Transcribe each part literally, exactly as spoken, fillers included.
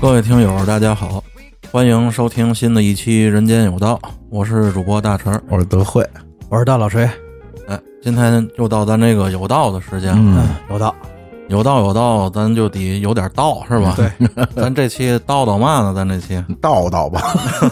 各位听友大家好，欢迎收听新的一期人间有道，我是主播大成， 我是德惠， 我是大老锤。 哎，今天又到咱这个有道的时间了。 嗯，有道有道有道，咱就得有点道是吧？ 对， 咱这期叨叨嘛呢？咱这期叨叨吧。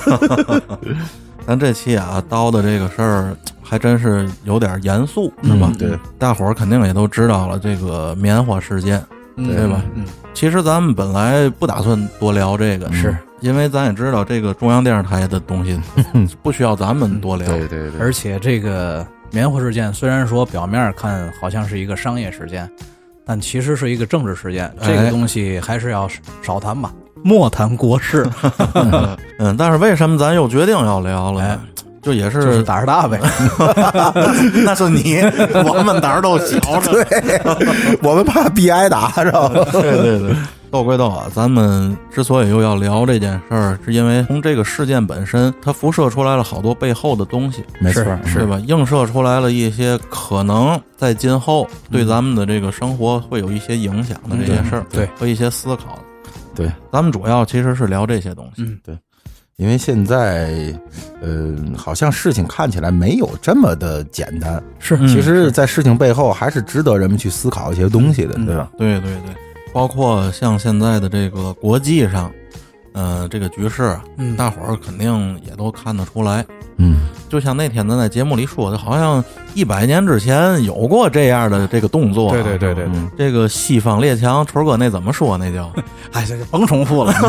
咱这期啊叨的这个事儿还真是有点严肃，是吧？ 嗯、对， 大伙儿肯定也都知道了这个棉花事件， 嗯、 对吧？ 嗯， 其实咱们本来不打算多聊这个， 是因为咱也知道这个中央电视台的东西不需要咱们多聊。 对对对， 而且这个棉花事件虽然说表面看好像是一个商业事件，但其实是一个政治事件，这个东西还是要少谈吧，莫谈国事。 嗯，但是为什么咱又决定要聊了？哎，就也是、 就是、胆儿大呗。 那是你，我们胆儿都小着。 对，我们怕逼挨打，知道吗？ 对对对。斗归斗啊，咱们之所以又要聊这件事儿，是因为从这个事件本身，它辐射出来了好多背后的东西， 没错， 对吧？映射出来了一些可能在今后对咱们的这个生活会有一些影响的这些事儿、 嗯，对， 和一些思考。 对， 咱们主要其实是聊这些东西。 嗯， 对，因为现在，呃，好像事情看起来没有这么的简单， 是， 其实，在事情背后还是值得人们去思考一些东西的， 嗯、 对吧？ 对对对。包括像现在的这个国际上，呃，这个局势，嗯，大伙儿肯定也都看得出来， 嗯， 就像那天咱在节目里说的，好像一百年之前有过这样的这个动作、啊， 对对对对对、 嗯，这个西方列强，春哥那怎么说？那叫， 哎，这甭重复了，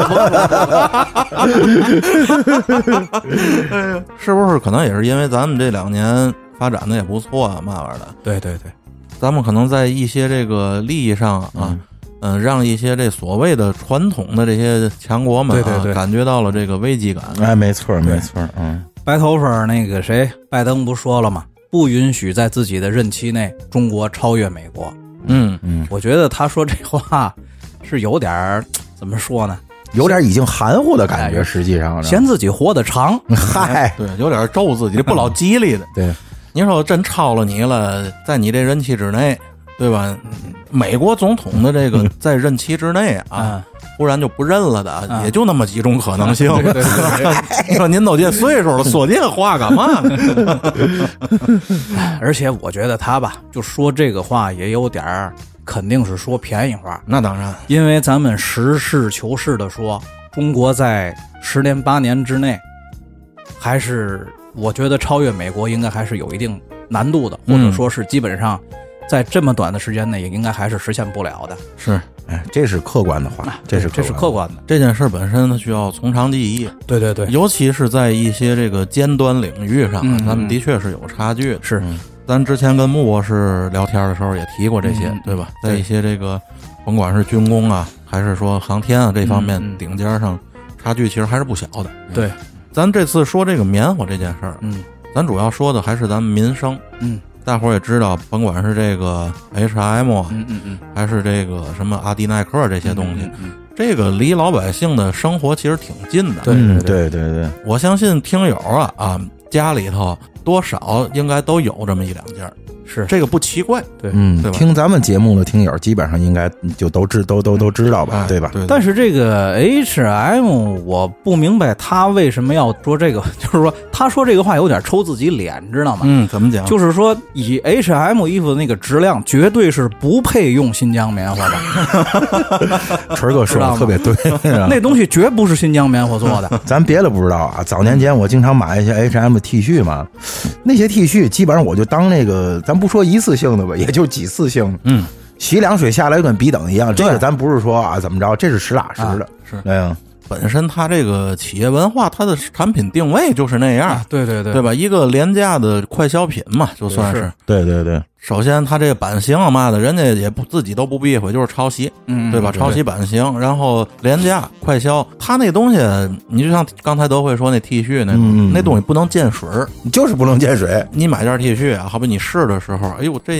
是不是？可能也是因为咱们这两年发展的也不错啊，嘛玩意儿的， 对对对。 咱们可能在一些这个利益上啊，嗯，嗯让一些这所谓的传统的这些强国们啊， 对对对， 感觉到了这个危机感。 哎，没错没错，嗯。 白头发那个谁，拜登不说了吗？不允许在自己的任期内中国超越美国。 嗯嗯，我觉得他说这话是有点怎么说呢？ 有点已经含糊的感觉，实际上嫌自己活得长， 嗨， 对，有点咒自己，不老吉利的， 对。 你说真超了你了，在你这任期之内，对吧？美国总统的这个在任期之内啊，忽然就不认了的， 嗯、 也就那么几种可能性。 对对对对你说您都这岁数了，说这话干嘛呢？ 而且我觉得他吧，就说这个话也有点儿，肯定是说便宜话。 那当然， 因为咱们实事求是的说，中国在十年八年之内，还是。我觉得超越美国应该还是有一定难度的，或者说是基本上在这么短的时间内也应该还是实现不了的。 是， 哎，这是客观的话，这是这是客观的。 这件事本身它需要从长计议。 对对对， 尤其是在一些这个尖端领域上， 嗯、 咱们的确是有差距的。 是、 嗯，咱之前跟穆博士聊天的时候也提过这些， 嗯、 对吧？在一些这个甭管是军工啊，还是说航天啊这方面顶尖上，差距其实还是不小的。 对， 咱这次说这个棉花这件事儿， 嗯。 咱主要说的还是咱们民生， 嗯， 大伙儿也知道，甭管是这个 H M， 嗯嗯嗯， 还是这个什么阿迪耐克这些东西， 嗯嗯嗯、 这个离老百姓的生活其实挺近的。 对对对对对， 我相信听友啊啊家里头多少应该都有这么一两件。 是这个不奇怪， 对， 嗯， 对吧？ 听咱们节目的听友基本上应该就都知都都都知道吧， 哎、 对吧？ 对对。 但是这个 H M 我不明白他为什么要说这个，就是说他说这个话有点抽自己脸，知道吗？ 嗯，怎么讲？ 就是说以 H M 衣服的那个质量，绝对是不配用新疆棉花的。 锤哥说的特别对， 那东西绝不是新疆棉花做的。 咱别的不知道啊，早年间我经常买一些 H M T 恤嘛，那些 T 恤基本上我就当那个咱。不说一次性的吧，也就几次性。 嗯， 洗凉水下来跟笔等一样。这个咱不是说啊怎么着，这是实打实的。 啊、是， 嗯， 本身它这个企业文化，它的产品定位就是那样。 啊、对对对， 对吧？一个廉价的快消品嘛，就算是。 对对对。 首先，它这个版型啊嘛的，人家也不自己都不避讳，就是抄袭， 嗯， 对吧？ 对抄袭版型，然后廉价快销，它那东西，你就像刚才德惠说那 T 恤那、 嗯、 那东西不能见水， 就是不能见水。 你买件 T 恤啊，好比你试的时候，哎呦这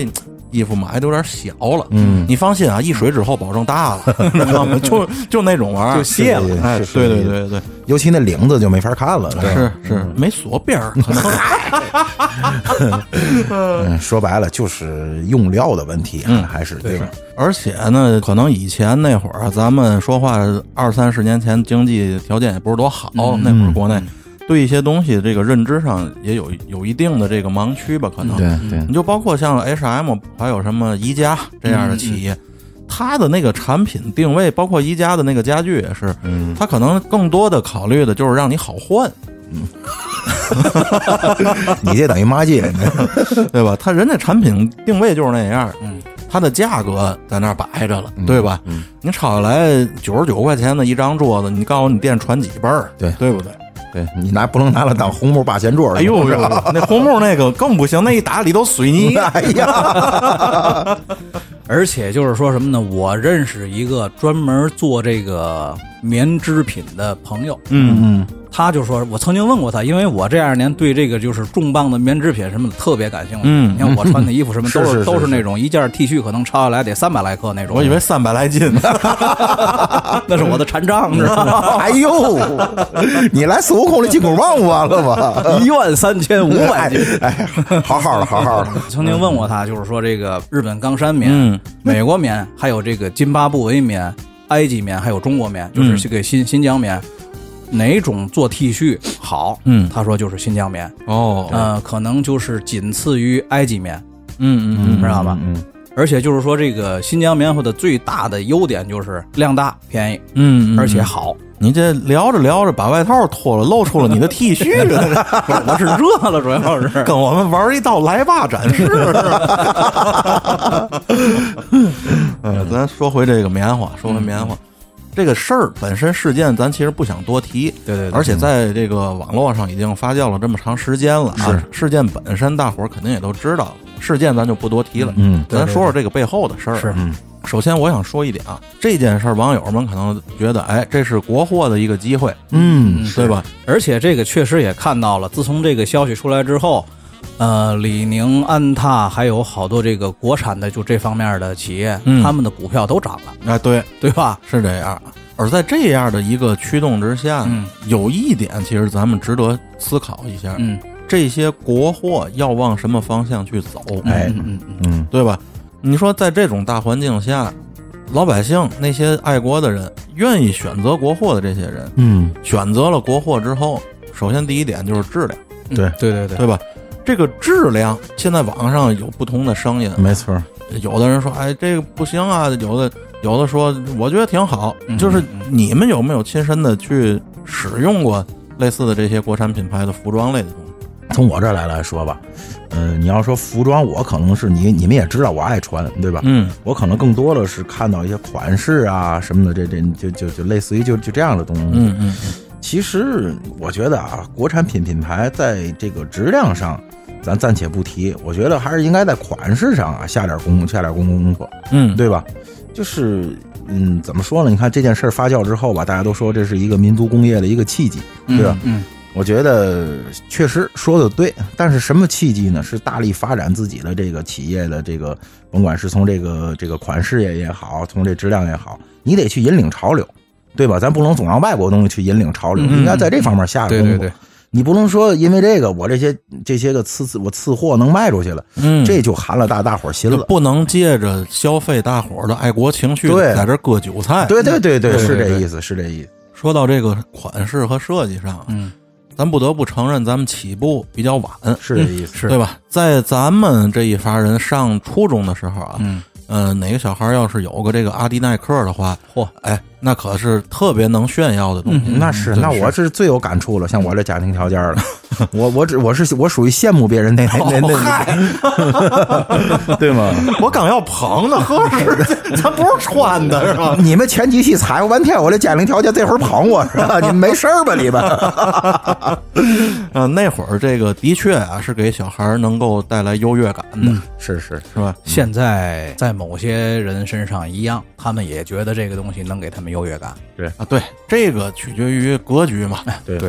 衣服买的有点小了。 嗯， 你放心啊，一水之后保证大了，知道吗？就就那种玩意儿， 就卸了。 哎，对对对对， 尤其那领子就没法看了。 是是，没锁边儿，可能。 嗯，说白了就是用料的问题，嗯，还是对吧？ 而且呢，可能以前那会儿咱们说话二三十年前经济条件也不是多好， 嗯、 那会儿国内。对一些东西这个认知上也有有一定的这个盲区吧，可能。 对对。 你就包括像 H and M 还有什么宜家这样的企业，嗯、它的那个产品定位，包括宜家的那个家具也是，嗯，它可能更多的考虑的就是让你好换。嗯， 你这等于骂街， 对吧？它人家产品定位就是那样，嗯，它的价格在那儿摆着了，对吧？嗯，你抄下来九十九块钱的一张桌子，你告诉你店传几辈儿， 对对不对？ 对你拿不能拿了当红木八仙桌。 哎呦呦，那红木那个更不行，那一打里都水泥。 哎呀， 而且就是说什么呢？我认识一个专门做这个棉织品的朋友， 嗯嗯， 他就说，我曾经问过他，因为我这二年对这个就是重磅的棉织品什么的特别感兴趣。 嗯， 你看我穿的衣服什么都是是是是都是那种一件 T 恤可能抄下来得三百来克那种。 我以为三百来斤， 那是我的残障，知道吗？ 哎呦，你来孙悟空的金箍棒完了吧？ 一万三千五百斤， 哎，好好的，好好的。 曾经问过他，就是说这个日本冈山棉、 嗯、 美国棉，还有这个津巴布韦棉、埃及棉，还有中国棉，就是这个新、嗯、新疆棉。哪种做 T 恤好？嗯，他说就是新疆棉哦， 呃，可能就是仅次于埃及棉， 嗯嗯嗯， 知道吧？ 嗯，嗯而且就是说这个新疆棉花的最大的优点就是量大、便宜， 嗯，嗯而且好。 你这聊着聊着把外套脱了，露出了你的 T 恤了， 我是热了，主要是跟我们玩一道来吧展示。呃，咱说回这个棉花，说回棉花。嗯这个事儿本身事件，咱其实不想多提， 对对对， 而且在这个网络上已经发酵了这么长时间了啊。 是事件本身，大伙儿肯定也都知道了，事件咱就不多提了。 嗯， 咱说说这个背后的事儿。 是， 嗯， 首先我想说一点啊，这件事儿网友们可能觉得，哎，这是国货的一个机会， 嗯， 对吧？ 而且这个确实也看到了，自从这个消息出来之后。呃，李宁、安踏还有好多这个国产的就这方面的企业，嗯、他们的股票都涨了。 哎，对， 对吧？ 是这样。而在这样的一个驱动之下，嗯、有一点其实咱们值得思考一下，嗯，这些国货要往什么方向去走？ 哎， 嗯嗯嗯， 对吧？你说在这种大环境下，老百姓那些爱国的人，愿意选择国货的这些人， 嗯， 选择了国货之后，首先第一点就是质量， 对对对对， 对吧？这个质量，现在网上有不同的声音， 没错。 有的人说，哎，这个不行啊；有的有的说，我觉得挺好。 嗯、 就是你们有没有亲身的去使用过类似的这些国产品牌的服装类的东西？ 从我这儿来来说吧，嗯、呃，你要说服装，我可能是你你们也知道我爱穿，对吧？ 嗯， 我可能更多的是看到一些款式啊什么的，这这就就就类似于就就这样的东西。 嗯嗯。 其实我觉得啊，国产品品牌在这个质量上。咱暂且不提，我觉得还是应该在款式上啊下点功下点功功课， 嗯， 对吧？就是嗯，怎么说呢？你看这件事发酵之后吧，大家都说这是一个民族工业的一个契机，对吧？ 嗯，嗯我觉得确实说的对，但是什么契机呢？是大力发展自己的这个企业的这个，甭管是从这个这个款式也也好，从这质量也好，你得去引领潮流，对吧？咱不能总让外国东西去引领潮流， 嗯、 应该在这方面下个功夫。 对对对。 你不能说因为这个我这些这些个次次我次货能卖出去了， 嗯， 这就寒了大大伙心了。 不能借着消费大伙的爱国情绪在这割韭菜。 对对对对， 对是这意思，是这意思。 说到这个款式和设计上， 嗯， 咱不得不承认咱们起步比较晚， 是这意思， 是对吧？在咱们这一伐人上初中的时候啊， 嗯。 呃，哪个小孩要是有个这个阿迪耐克的话， 嚯， 哎，那可是特别能炫耀的东西。 嗯、那是，那我是最有感触了。像我这家庭条件了，我我只我是我属于羡慕别人那那那那，对吗？ 我刚要捧呢，合适，咱不是穿的是吧？ 你们前几期踩过半天，我这家庭条件这会儿捧我是吧？你们没事儿吧？你们？ 啊，那会儿这个的确啊，是给小孩能够带来优越感的， 嗯、是是是吧？ 现在在某些人身上一样，他们也觉得这个东西能给他们优越感。 对啊，对，这个取决于格局嘛， 对对吧？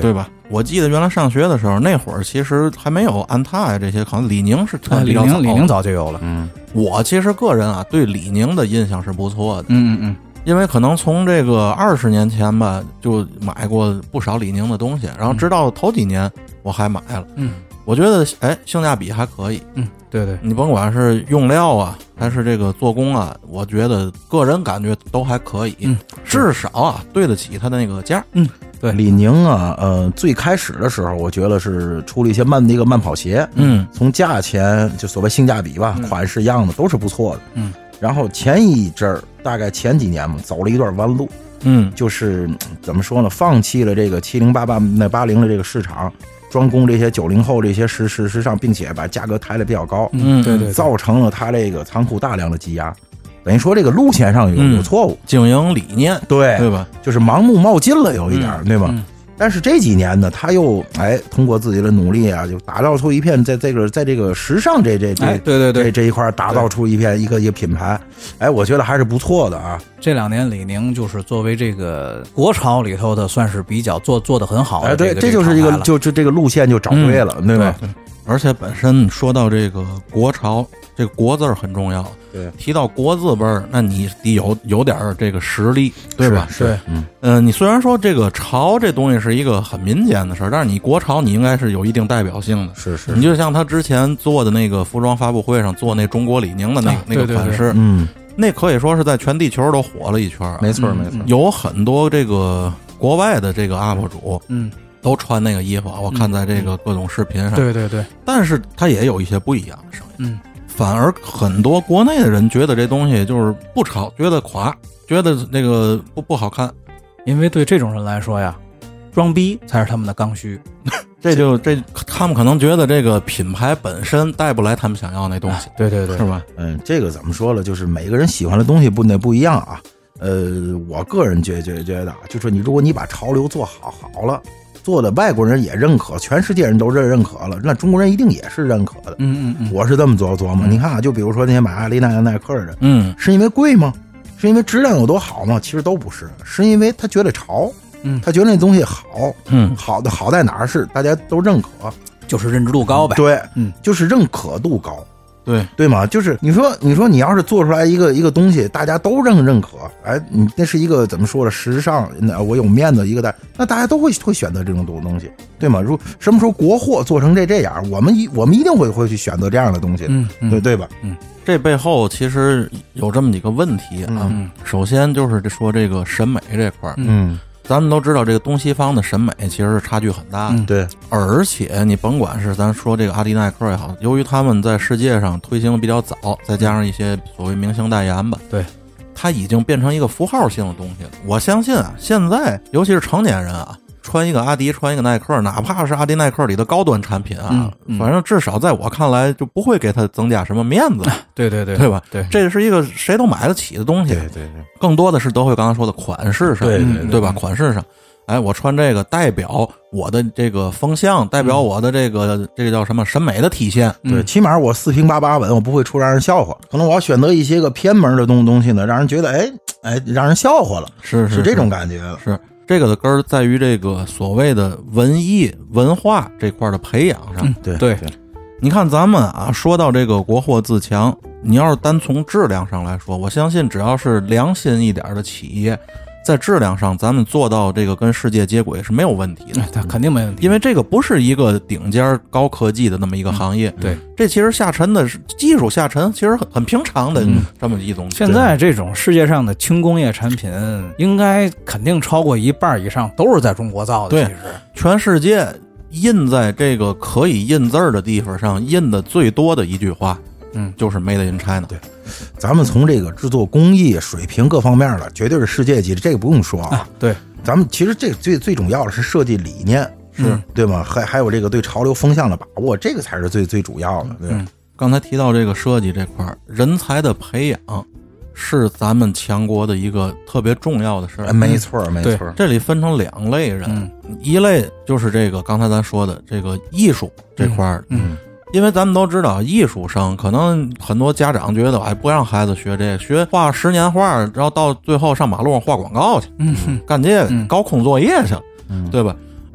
我记得原来上学的时候，那会儿其实还没有安踏呀这些，可能李宁是啊，李比较早。 宁李宁早就有了。 嗯， 我其实个人啊对李宁的印象是不错的。 嗯嗯嗯， 因为可能从这个二十年前吧，就买过不少李宁的东西，然后直到头几年我还买了。 嗯， 我觉得哎性价比还可以。 嗯，对对， 你甭管是用料啊，还是这个做工啊，我觉得个人感觉都还可以。 嗯， 至少啊对得起它的那个价。 嗯，对， 李宁啊，呃，最开始的时候，我觉得是出了一些慢的一个慢跑鞋。 嗯， 从价钱就所谓性价比吧， 嗯、 款式样子都是不错的。 嗯， 然后前一阵儿，大概前几年嘛，走了一段弯路。 嗯， 就是怎么说呢，放弃了这个七零八八那八零的这个市场，专攻这些九零后这些时时时尚，并且把价格抬得比较高。 嗯， 对 对, 对， 造成了它这个仓库大量的积压。等于说这个路线上有有错误， 经营理念， 对对吧？ 就是盲目冒进了有一点， 嗯、 对吧？ 嗯， 但是这几年呢，他又哎通过自己的努力啊，就打造出一片在这个在这个时尚这这这、 哎、对对对这这一块打造出一片一个一个品牌，哎，我觉得还是不错的啊。 这两年李宁就是作为这个国潮里头的，算是比较做做的很好的、 这个。 哎， 对，这就是一个就就这个路线就找对了， 嗯、 对吧？ 对，而且本身说到这个国潮，这个国字儿很重要。 对， 提到国字辈儿，那你得有有点这个实力，对吧？ 是， 嗯，呃，你虽然说这个潮这东西是一个很民间的事儿，但是你国潮你应该是有一定代表性的。 是是， 你就像他之前做的那个服装发布会上做那中国李宁的那个、啊、那个款式， 嗯， 那可以说是在全地球都火了一圈。 没错没错， 有很多这个国外的这个 U P 主， 嗯， 都穿那个衣服，我看在这个各种视频上。 对对对， 但是它也有一些不一样的声音。 嗯。 反而很多国内的人觉得这东西就是不潮，觉得垮，觉得那个不不好看， 因为对这种人来说呀，装逼才是他们的刚需。 这就这他们可能觉得这个品牌本身带不来他们想要那东西， 对对对， 是吧？ 嗯，这个怎么说了，就是每个人喜欢的东西不那不一样啊。呃，我个人觉觉觉得，就是你如果你把潮流做好好了。做的外国人也认可，全世界人都认认可了，那中国人一定也是认可的。 嗯嗯嗯， 我是这么琢琢磨。嗯、你看啊，就比如说那些买阿迪耐耐克的， 嗯， 是因为贵吗？是因为质量有多好吗？其实都不是，是因为他觉得潮， 嗯， 他觉得那东西好， 嗯， 好的好在哪儿是大家都认可， 就是认知度高呗。 对， 嗯， 就是认可度高。 对对吗？就是你说，你说你要是做出来一个一个东西，大家都认认可，哎，你那是一个怎么说呢？时尚，我有面子一个的，那大家都会会选择这种东西，对吗？如什么时候国货做成这这样，我们一我们一定会会去选择这样的东西， 嗯，嗯对对吧？ 嗯， 这背后其实有这么几个问题啊。 嗯、 首先就是说这个审美这块儿， 嗯。 咱们都知道，这个东西方的审美其实是差距很大的。 嗯、 对， 而且你甭管是咱说这个阿迪耐克也好，由于他们在世界上推行的比较早，再加上一些所谓明星代言吧， 对， 它已经变成一个符号性的东西了。我相信啊，现在尤其是成年人啊，穿一个阿迪，穿一个耐克，哪怕是阿迪耐克里的高端产品啊， 嗯嗯、 反正至少在我看来就不会给它增加什么面子。 对对对， 对吧？ 对， 这是一个谁都买得起的东西。 对对对， 更多的是德惠刚才说的款式上， 对对对, 对吧？款式上。哎，我穿这个代表我的这个风向，代表我的这个、嗯、这个叫什么审美的体现。 对，起码我四平八八稳，我不会出让人笑话。可能我要选择一些个偏门的东东西呢，让人觉得哎哎让人笑话了， 是 是, 是这种感觉了。 是这个的根儿在于这个所谓的文艺文化这块的培养上。 嗯、 对对， 你看咱们啊，说到这个国货自强，你要是单从质量上来说，我相信只要是良心一点的企业。在质量上，咱们做到这个跟世界接轨是没有问题的， 它肯定没问题， 因为这个不是一个顶尖高科技的那么一个行业。 对， 这其实下沉的是技术下沉，其实很很平常的这么一种。 现在这种世界上的轻工业产品，应该肯定超过一半以上都是在中国造的。 对， 其实全世界印在这个可以印字儿的地方上印的最多的一句话， 嗯， 就是 Made in China。 对。咱们从这个制作工艺水平各方面了，绝对是世界级的，这个不用说啊。 啊对， 咱们其实这最最重要的是设计理念， 是对吗？还还有这个对潮流风向的把握，这个才是最最主要的。对， 嗯、 刚才提到这个设计这块儿，人才的培养是咱们强国的一个特别重要的事儿。 哎、没错，没错。 这里分成两类人， 嗯、 一类就是这个刚才咱说的这个艺术这块儿， 嗯。嗯因为咱们都知道，艺术生可能很多家长觉得，哎，不让孩子学这个，学画十年画，然后到最后上马路上画广告去， 嗯， 干这个， 嗯、 搞空作业去了， 嗯、 对吧？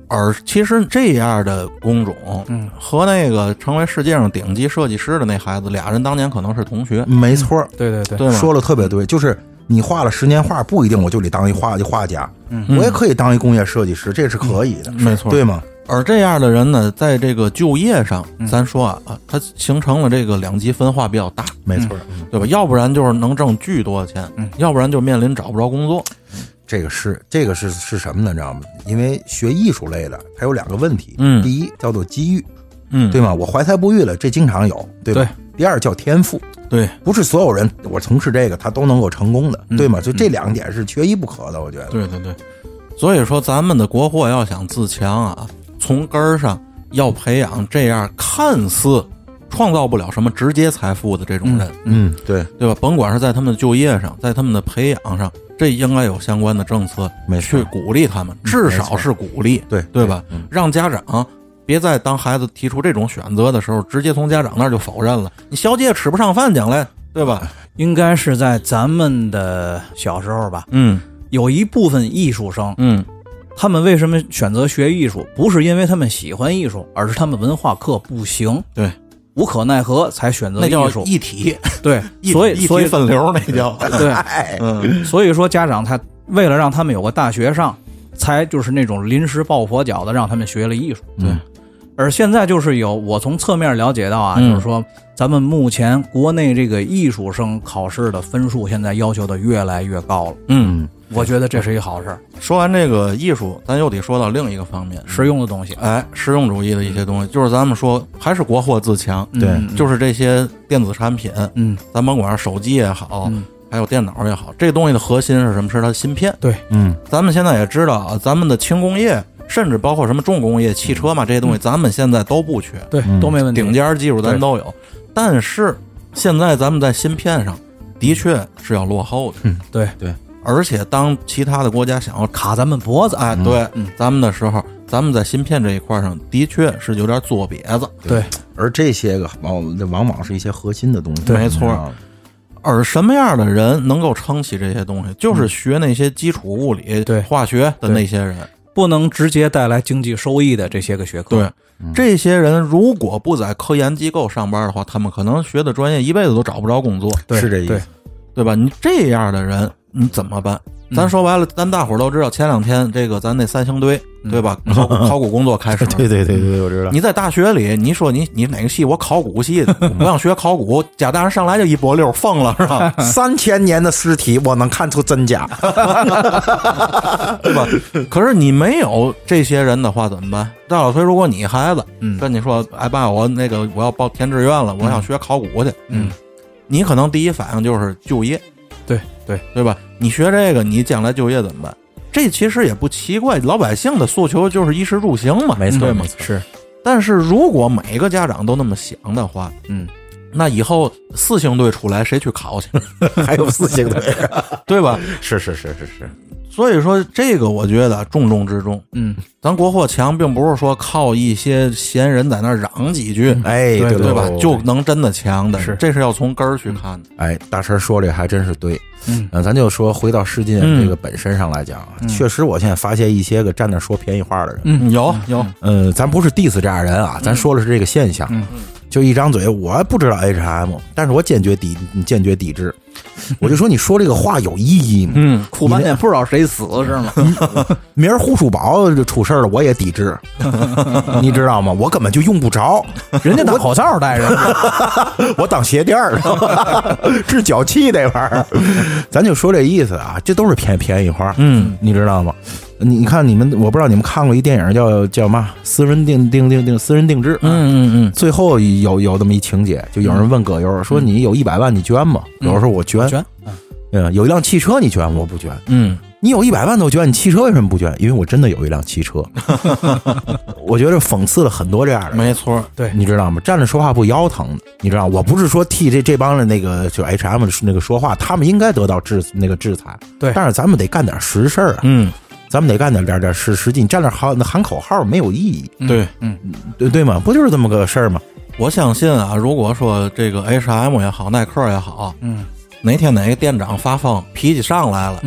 而其实这样的工种， 嗯， 和那个成为世界上顶级设计师的那孩子，俩人当年可能是同学。 没错， 对对对， 对吗？ 说的特别对，就是你画了十年画，不一定我就得当一画画家， 嗯， 我也可以当一工业设计师，这是可以的， 嗯、没错， 对吗？ 而这样的人呢，在这个就业上， 嗯、 咱说啊，他形成了这个两极分化比较大， 没错， 嗯、对吧？要不然就是能挣巨多的钱， 嗯， 要不然就面临找不着工作。 这个是这个是是什么呢？你知道吗？因为学艺术类的，它有两个问题， 嗯， 第一叫做机遇， 嗯， 对吗？我怀才不遇了，这经常有，对吧？ 对。 第二叫天赋， 对， 不是所有人我从事这个他都能够成功的， 嗯、 对吗？就这两点是缺一不可的，我觉得。 对对对，所以说咱们的国货要想自强啊，从根儿上要培养这样看似创造不了什么直接财富的这种人， 嗯，嗯对对吧？甭管是在他们的就业上，在他们的培养上，这应该有相关的政策去鼓励他们，至少是鼓励， 对对吧？ 嗯、 让家长别在当孩子提出这种选择的时候，直接从家长那儿就否认了，你小姐吃不上饭，将来对吧？ 应该是在咱们的小时候吧， 嗯， 有一部分艺术生， 嗯。 他们为什么选择学艺术？不是因为他们喜欢艺术，而是他们文化课不行， 对， 无可奈何才选择艺术。 那叫一体， 对， 所以一体分流那叫对， 嗯， 所以说家长他为了让他们有个大学上，才就是那种临时抱佛脚的让他们学了艺术。 对， 而现在就是有我从侧面了解到啊， 嗯、 就是说咱们目前国内这个艺术生考试的分数现在要求的越来越高了。 嗯。 我觉得这是一好事。 说完这个艺术，咱又得说到另一个方面， 实用的东西。 哎，实用主义的一些东西，就是咱们说还是国货自强， 对， 嗯、 就是这些电子产品， 嗯， 咱甭管是手机也好， 嗯、 还有电脑也好，这东西的核心是什么？是它的芯片。 对， 嗯， 咱们现在也知道啊，咱们的轻工业，甚至包括什么重工业、汽车嘛，这些东西，咱们现在都不缺， 对，都没问题， 顶尖技术咱都有。但是现在咱们在芯片上的确是要落后的， 嗯，对对。 而且当其他的国家想要卡咱们脖子， 哎，对， 嗯、 咱们的时候，咱们在芯片这一块上的确是有点作瘪子。 对， 而这些个往往往是一些核心的东西。 没错。而什么样的人能够撑起这些东西？就是学那些基础物理、 对化学的那些人， 不能直接带来经济收益的这些个学科。 对，嗯、这些人如果不在科研机构上班的话，他们可能学的专业一辈子都找不着工作。 对， 是这意思， 对， 对吧？你这样的人，你怎么办？咱说白了，咱大伙儿都知道，前两天这个咱那三星堆，对吧？考考古工作开始。 对对对对，我知道。 你在大学里，你说你你哪个系？我考古系的，我想学考古。贾大人上来就一波溜疯了，是吧？ 三千年的尸体，我能看出真假， 对吧？可是你没有这些人的话怎么办？大老崔，如果你孩子跟你说，哎爸，我那个我要报填志愿了，我想学考古去， 嗯， 你可能第一反应就是就业。 对对对吧？你学这个，你将来就业怎么办？这其实也不奇怪，老百姓的诉求就是衣食住行嘛， 没错， 对吗？ 没错。 是， 但是如果每个家长都那么想的话， 嗯， 那以后四星队出来谁去考去？ 还有四星队， 对吧？ 是是是是是。 所以说，这个我觉得重中之重。 嗯， 咱国货强，并不是说靠一些闲人在那嚷几句， 哎， 对对吧？就能真的强的， 是， 这是要从根儿去看的。 哎，大神说这还真是对。 嗯， 咱就说回到世界这个本身上来讲， 嗯、 确实我现在发现一些个站那说便宜话的人， 嗯， 有有， 嗯，咱不是 diss 这样人啊，咱说的是这个现象。 嗯， 就一张嘴，我不知道 H M， 但是我坚决抵坚决抵制。我就说你说这个话有意义吗？ 嗯， 哭半天不知道谁死是吗？ 明儿胡叔宝就出事了，我也抵制，你知道吗？我根本就用不着， 人家当口罩戴着， 我当鞋垫儿，治脚气那玩意儿。咱就说这意思啊，这都是便便宜话， 嗯， 你知道吗？你你看你们，我不知道你们看过一电影叫叫嘛？私人定定定定私人定制。 嗯嗯嗯。 最后有有这么一情节，就有人问葛优说：“你有一百万，你捐吗？”葛优说：“我捐。” 捐。 嗯，有一辆汽车你捐，我不捐。 嗯， 你有一百万都捐，你汽车为什么不捐？因为我真的有一辆汽车。我觉得讽刺了很多这样的。 没错， 对， 你知道吗？站着说话不腰疼，你知道？我不是说替这这帮人那个就 H M 那个说话，他们应该得到制那个制裁。 对， 但是咱们得干点实事啊。 嗯。 咱们得干点点点实实际，你站那喊喊口号没有意义， 对， 嗯， 对对吗？不就是这么个事儿吗？ 我相信啊，如果说这个 H M 也好，耐克也好， 嗯， 哪天哪个店长发疯，脾气上来了， 嗯，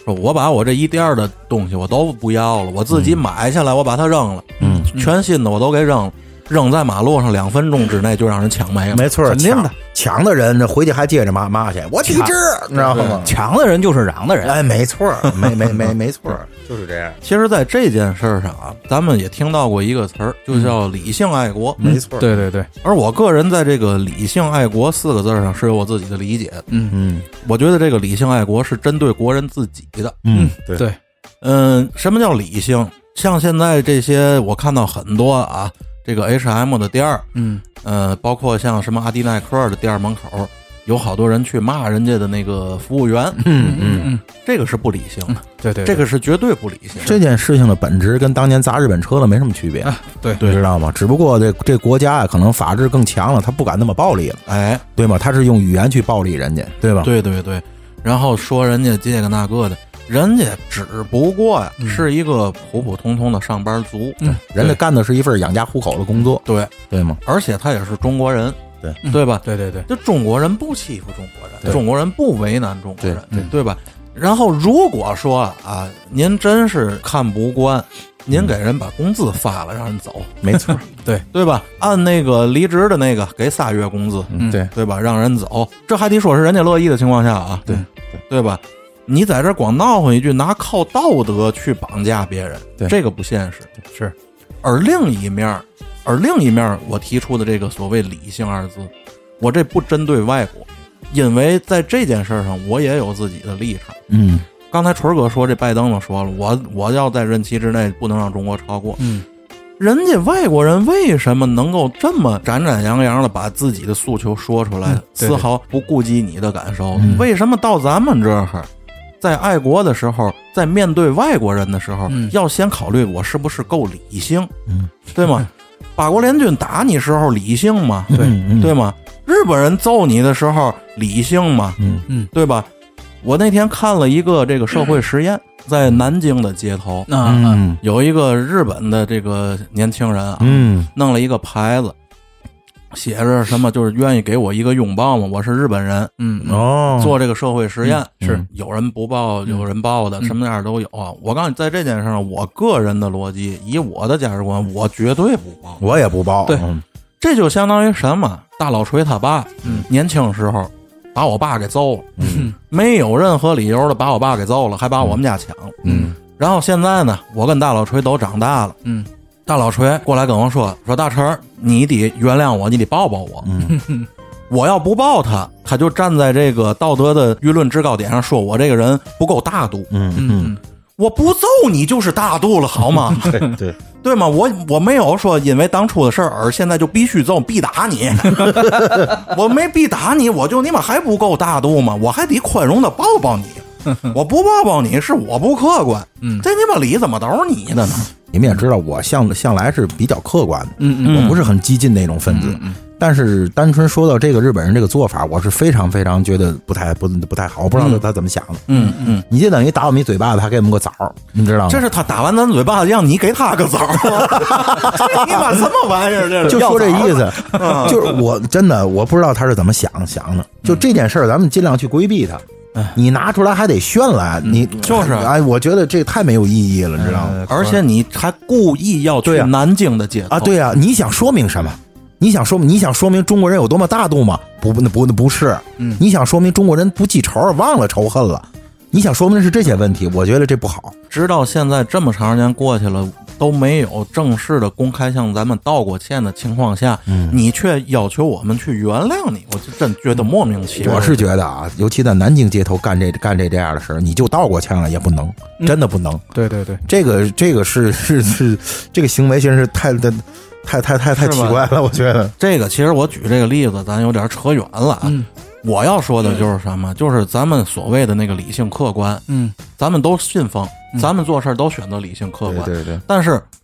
说我把我这一店的东西我都不要了，我自己买下来，我把它扔了， 嗯， 全新的我都给扔了，扔在马路上两分钟之内就让人抢没了。 没错， 肯定的， 抢抢的人这回去还接着骂骂去，我抵制，你知道吗？ 抢的人就是嚷的人。 哎，没错，没没没没错，就是这样。 其实，在这件事上啊，咱们也听到过一个词儿，就叫理性爱国。 没错， 对对对， 而我个人在这个理性爱国四个字上是有我自己的理解的。 嗯嗯我觉得这个理性爱国是针对国人自己的。 嗯，对对， 嗯，什么叫理性？像现在这些，我看到很多啊，这个 H M 的店儿， 嗯呃，包括像什么阿迪耐克的店门口，有好多人去骂人家的那个服务员， 嗯嗯， 嗯， 这个是不理性的， 对对， 这个是绝对不理性的。 这件事情的本质跟当年砸日本车的没什么区别， 对对，知道吗？只不过这这国家呀，可能法制更强了，他不敢那么暴力了， 哎， 对吗？他是用语言去暴力人家，对吧？ 对对对，然后说人家这个那个的，人家只不过呀、 嗯是一个普普通通的上班族， 嗯， 人家干的是一份养家糊口的工作， 对， 对吗？ 而且他也是中国人， 对对吧？ 对对对， 就中国人不欺负中国人， 对中国人不为难中国人， 对对对吧？然后如果说啊，您真是看不惯，您给人把工资发了，让人走， 没错， 对对吧？按那个离职的那个给仨月工资， 嗯，对， 对吧？让人走，这还得说是人家乐意的情况下啊， 对对吧？你在这光闹回一句，拿靠道德去绑架别人， 对这个不现实。 是， 而另一面，而另一面，我提出的这个所谓理性二字，我这不针对外国，因为在这件事上，我也有自己的立场。 嗯刚才纯哥说，这拜登都说了，我我要在任期之内不能让中国超过。 嗯， 人家外国人为什么能够这么展展洋洋的把自己的诉求说出来， 嗯对对丝毫不顾及你的感受？ 嗯为什么到咱们这儿，在爱国的时候，在面对外国人的时候， 嗯要先考虑我是不是够理性， 嗯， 对吗？八国联军打你时候理性吗？ 对嗯对吗？日本人揍你的时候理性吗？ 嗯嗯对吧？我那天看了一个这个社会实验，在南京的街头， 啊啊， 嗯有一个日本的这个年轻人啊， 嗯弄了一个牌子，写着什么，就是愿意给我一个拥抱吗？我是日本人， 嗯哦， 做这个社会实验， 嗯是有人不报，有人报的， 嗯什么样都有啊。我告诉你，在这件事上，我个人的逻辑，以我的价值观，我绝对不报。 我也不报， 对嗯这就相当于什么？大老锤他爸， 嗯年轻时候把我爸给揍了， 嗯没有任何理由的把我爸给揍了，还把我们家抢了。 嗯然后现在呢，我跟大老锤都长大了， 嗯大老锤过来跟我说说大成，你得原谅我，你得抱抱我。 嗯我要不抱他，他就站在这个道德的舆论制高点上，说我这个人不够大度。 嗯嗯， 嗯我不揍你就是大度了，好吗？ 对对， 对吗？我我没有说因为当初的事儿而现在就必须揍必打你，我没必打你，我就你妈还不够大度吗？我还得宽容的抱抱你，我不抱抱你是我不客观， 嗯这你妈理怎么都是你的呢？ 你们也知道，我向向来是比较客观的， 嗯嗯我不是很激进那种分子。 嗯但是单纯说到这个日本人这个做法，我是非常非常觉得不太不不太好，我不知道他他怎么想的。 嗯嗯， 你就等于打我们一嘴巴子，还给我们个枣儿，你知道吗？ 这是他打完咱嘴巴子，让你给他个枣儿，你妈什么玩意儿？这是就说这意思， 嗯就是我真的我不知道他是怎么想想的。就这件事儿，咱们尽量去规避它。你拿出来还得渲染，你就是哎，我觉得这太没有意义了，你知道吗？ 而且你还故意要去对呀南京的街头啊，对呀、你想说明什么？你想说明你想说明中国人有多么大度吗？不不不不是， 嗯你想说明中国人不记仇，忘了仇恨了。你想说明的是这些问题，我觉得这不好。 直到现在这么长时间过去了，都没有正式的公开向咱们道过歉的情况下， 嗯你却要求我们去原谅你，我就真觉得莫名其妙。 我是觉得啊，尤其在南京街头干这干这这样的事儿，你就道过歉了也不能，真的不能。 对对对， 这个这个是是是这个行为真是太太太太太太奇怪了，我觉得。 这个，其实我举这个例子，咱有点扯远了啊。 嗯我要说的就是什么？就是咱们所谓的那个理性客观， 嗯咱们都信奉， 嗯咱们做事儿都选择理性客观。 对对， 但是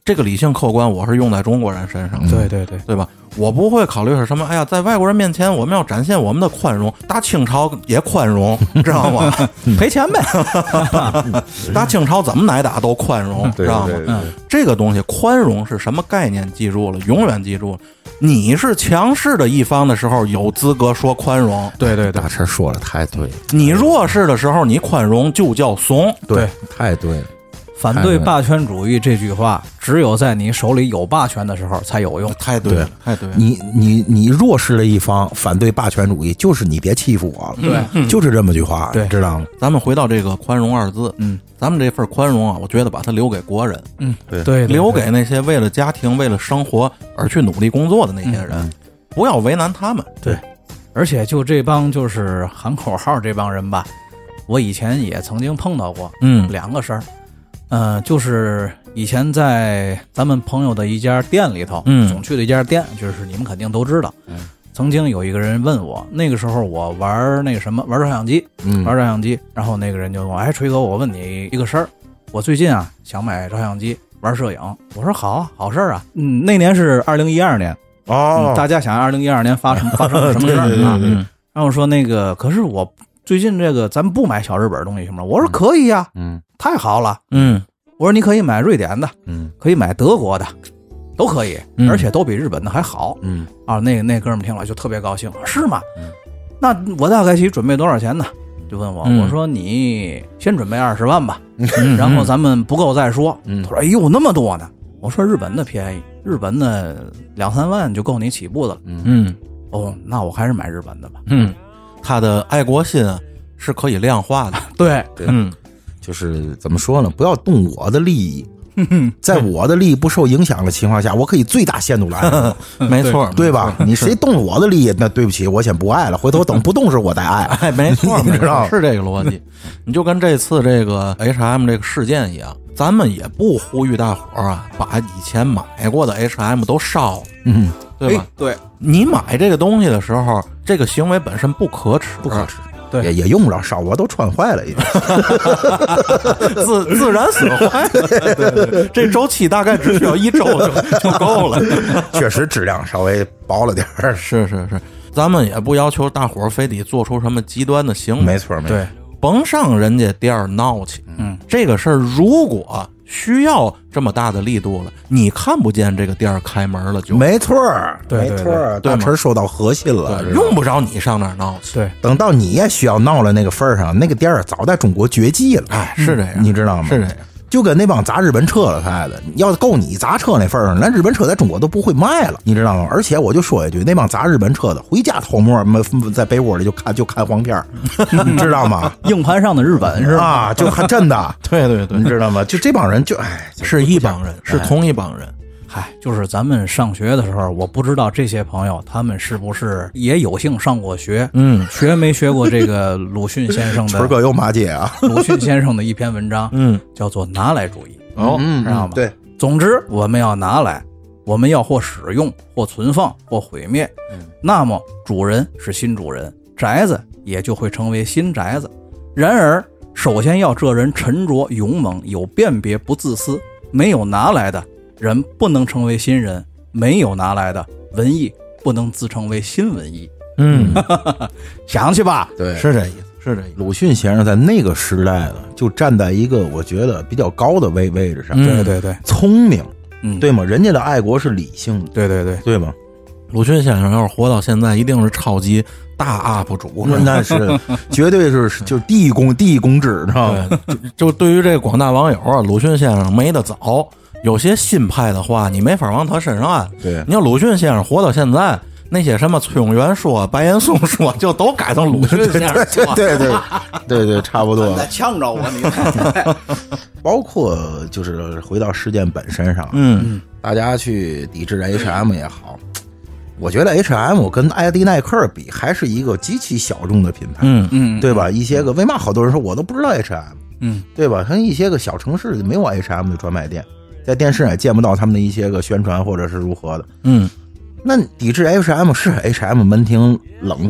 这个理性客观我是用在中国人身上的， 对对对对吧？我不会考虑是什么，哎呀，在外国人面前我们要展现我们的宽容，大清朝也宽容，知道吗？ 赔钱呗。 大清朝怎么挨打都宽容，知道吗？ 嗯， 这个东西宽容是什么概念？记住了，永远记住了。你是强势的一方的时候，有资格说宽容。 对对对大，陈说的太对了， 你弱势的时候，你宽容就叫怂。 对，太对了。 反对霸权主义这句话，只有在你手里有霸权的时候才有用。 太对了，太对了。 你你你弱势的一方反对霸权主义，就是你别欺负我了， 对， 就是这么句话， 对， 知道吗？ 咱们回到这个宽容二字， 嗯， 咱们这份宽容啊，我觉得把它留给国人， 嗯， 对对， 留给那些为了家庭、为了生活而去努力工作的那些人， 嗯、 不要为难他们。 对，而且就这帮就是喊口号这帮人吧，我以前也曾经碰到过， 嗯， 两个事儿。呃，就是以前在咱们朋友的一家店里头， 嗯， 总去的一家店，就是你们肯定都知道。 嗯， 曾经有一个人问我，那个时候我玩那个什么，玩照相机， 嗯， 玩照相机，然后那个人就问我，哎，锤哥，我问你一个事儿，我最近啊想买照相机玩摄影。我说好啊，好事儿啊。嗯，那年是二零一二年， 哦、 嗯，大家想二零一二年发生发生了什么事儿啊？然后我说那个，可是我最近这个咱们不买小日本东西行吗？我说可以呀， 嗯， 太好了， 嗯。 我说你可以买瑞典的， 嗯， 可以买德国的，都可以， 嗯、 而且都比日本的还好。 嗯啊，那个那哥们听了就特别高兴，是吗？嗯，那我大概其准备多少钱呢？就问我， 嗯、 我说你先准备二十万吧， 嗯、 然后咱们不够再说。 嗯， 他说哎呦那么多呢？我说日本的便宜，日本的两三万就够你起步的了。 嗯， 哦，那我还是买日本的吧。 嗯，他的爱国心啊是可以量化的。 对， 嗯。 就是怎么说呢？不要动我的利益，在我的利益不受影响的情况下，我可以最大限度来爱。 没错， 对吧？你谁动了我的利益，那对不起，我先不爱了。回头等不动时我再爱。 哎，没错， 你知道是这个逻辑。你就跟这次这个 H M 这个事件一样，咱们也不呼吁大伙儿啊，把以前买过的 H M 都烧了， 嗯， 对吧？ 对， 你买这个东西的时候，这个行为本身不可耻， 不可耻。 对， 也也用不着烧，我都穿坏了，已经自自然损坏了。对对对，这周期大概只需要一周就就够了。 确实质量稍微薄了点儿。 是是是，咱们也不要求大伙儿非得做出什么极端的行为。 没错，没错。 对， 甭上人家店儿闹去。 嗯， 这个事儿如果需要这么大的力度了，你看不见这个店儿开门了就没错， 对没错，大陈说到核心了， 用不着你上那儿闹去。 对， 等到你也需要闹了那个份儿上，那个店儿早在中国绝迹了。 哎，是这样， 你知道吗？ 是这样。 就跟那帮砸日本车了似的，要够你砸车那份上，那日本车在中国都不会卖了，你知道吗？而且我就说一句，那帮砸日本车的回家偷摸在被窝里就看就看黄片你知道吗？ 硬盘上的日本是吧？ 啊，就看真的， 对对对， 你知道吗？就这帮人就哎， 是一帮人，是同一帮人。 嗨，就是咱们上学的时候，我不知道这些朋友他们是不是也有幸上过学， 嗯， 学没学过这个鲁迅先生的？ 春哥又骂街啊！ 鲁迅先生的一篇文章， 嗯， 叫做拿来主义。 哦， 嗯， 知道吗？ 对， 总之我们要拿来，我们要或使用，或存放，或毁灭。嗯，那么主人是新主人，宅子也就会成为新宅子。然而，首先要这人沉着勇猛，有辨别，不自私。没有拿来的人不能成为新人，没有拿来的文艺不能自称为新文艺。 嗯， 想去吧？ 对， 是这意思，是这意思。 鲁迅先生在那个时代呢，就站在一个我觉得比较高的位位置上。 对对对， 聪明， 嗯， 对吗？人家的爱国是理性的， 对对对， 对吗？ 鲁迅先生要是活到现在，一定是超级大 U P 主， 那是绝对是就是第一公第一公知，知道吗？ 就对于这个广大网友啊，鲁迅先生没得早。有些新派的话，你没法往他身上按。 对， 你要鲁迅先生活到现在，那些什么崔永元说、白岩松说，就都改成鲁迅先生说。 对对对对对，差不多。 再呛着我，你包括就是回到事件本身上， 嗯， 大家去抵制 H M 也好，我觉得 H M 跟艾迪耐克比，还是一个极其小众的品牌。 嗯嗯， 对吧？一些个为嘛好多人说我都不知道 H M， 嗯， 对吧？像一些个小城市没有 H M 的专卖店。在电视也见不到他们的一些个宣传或者是如何的， 嗯， 那抵制 H M 是 H M 门庭冷落了，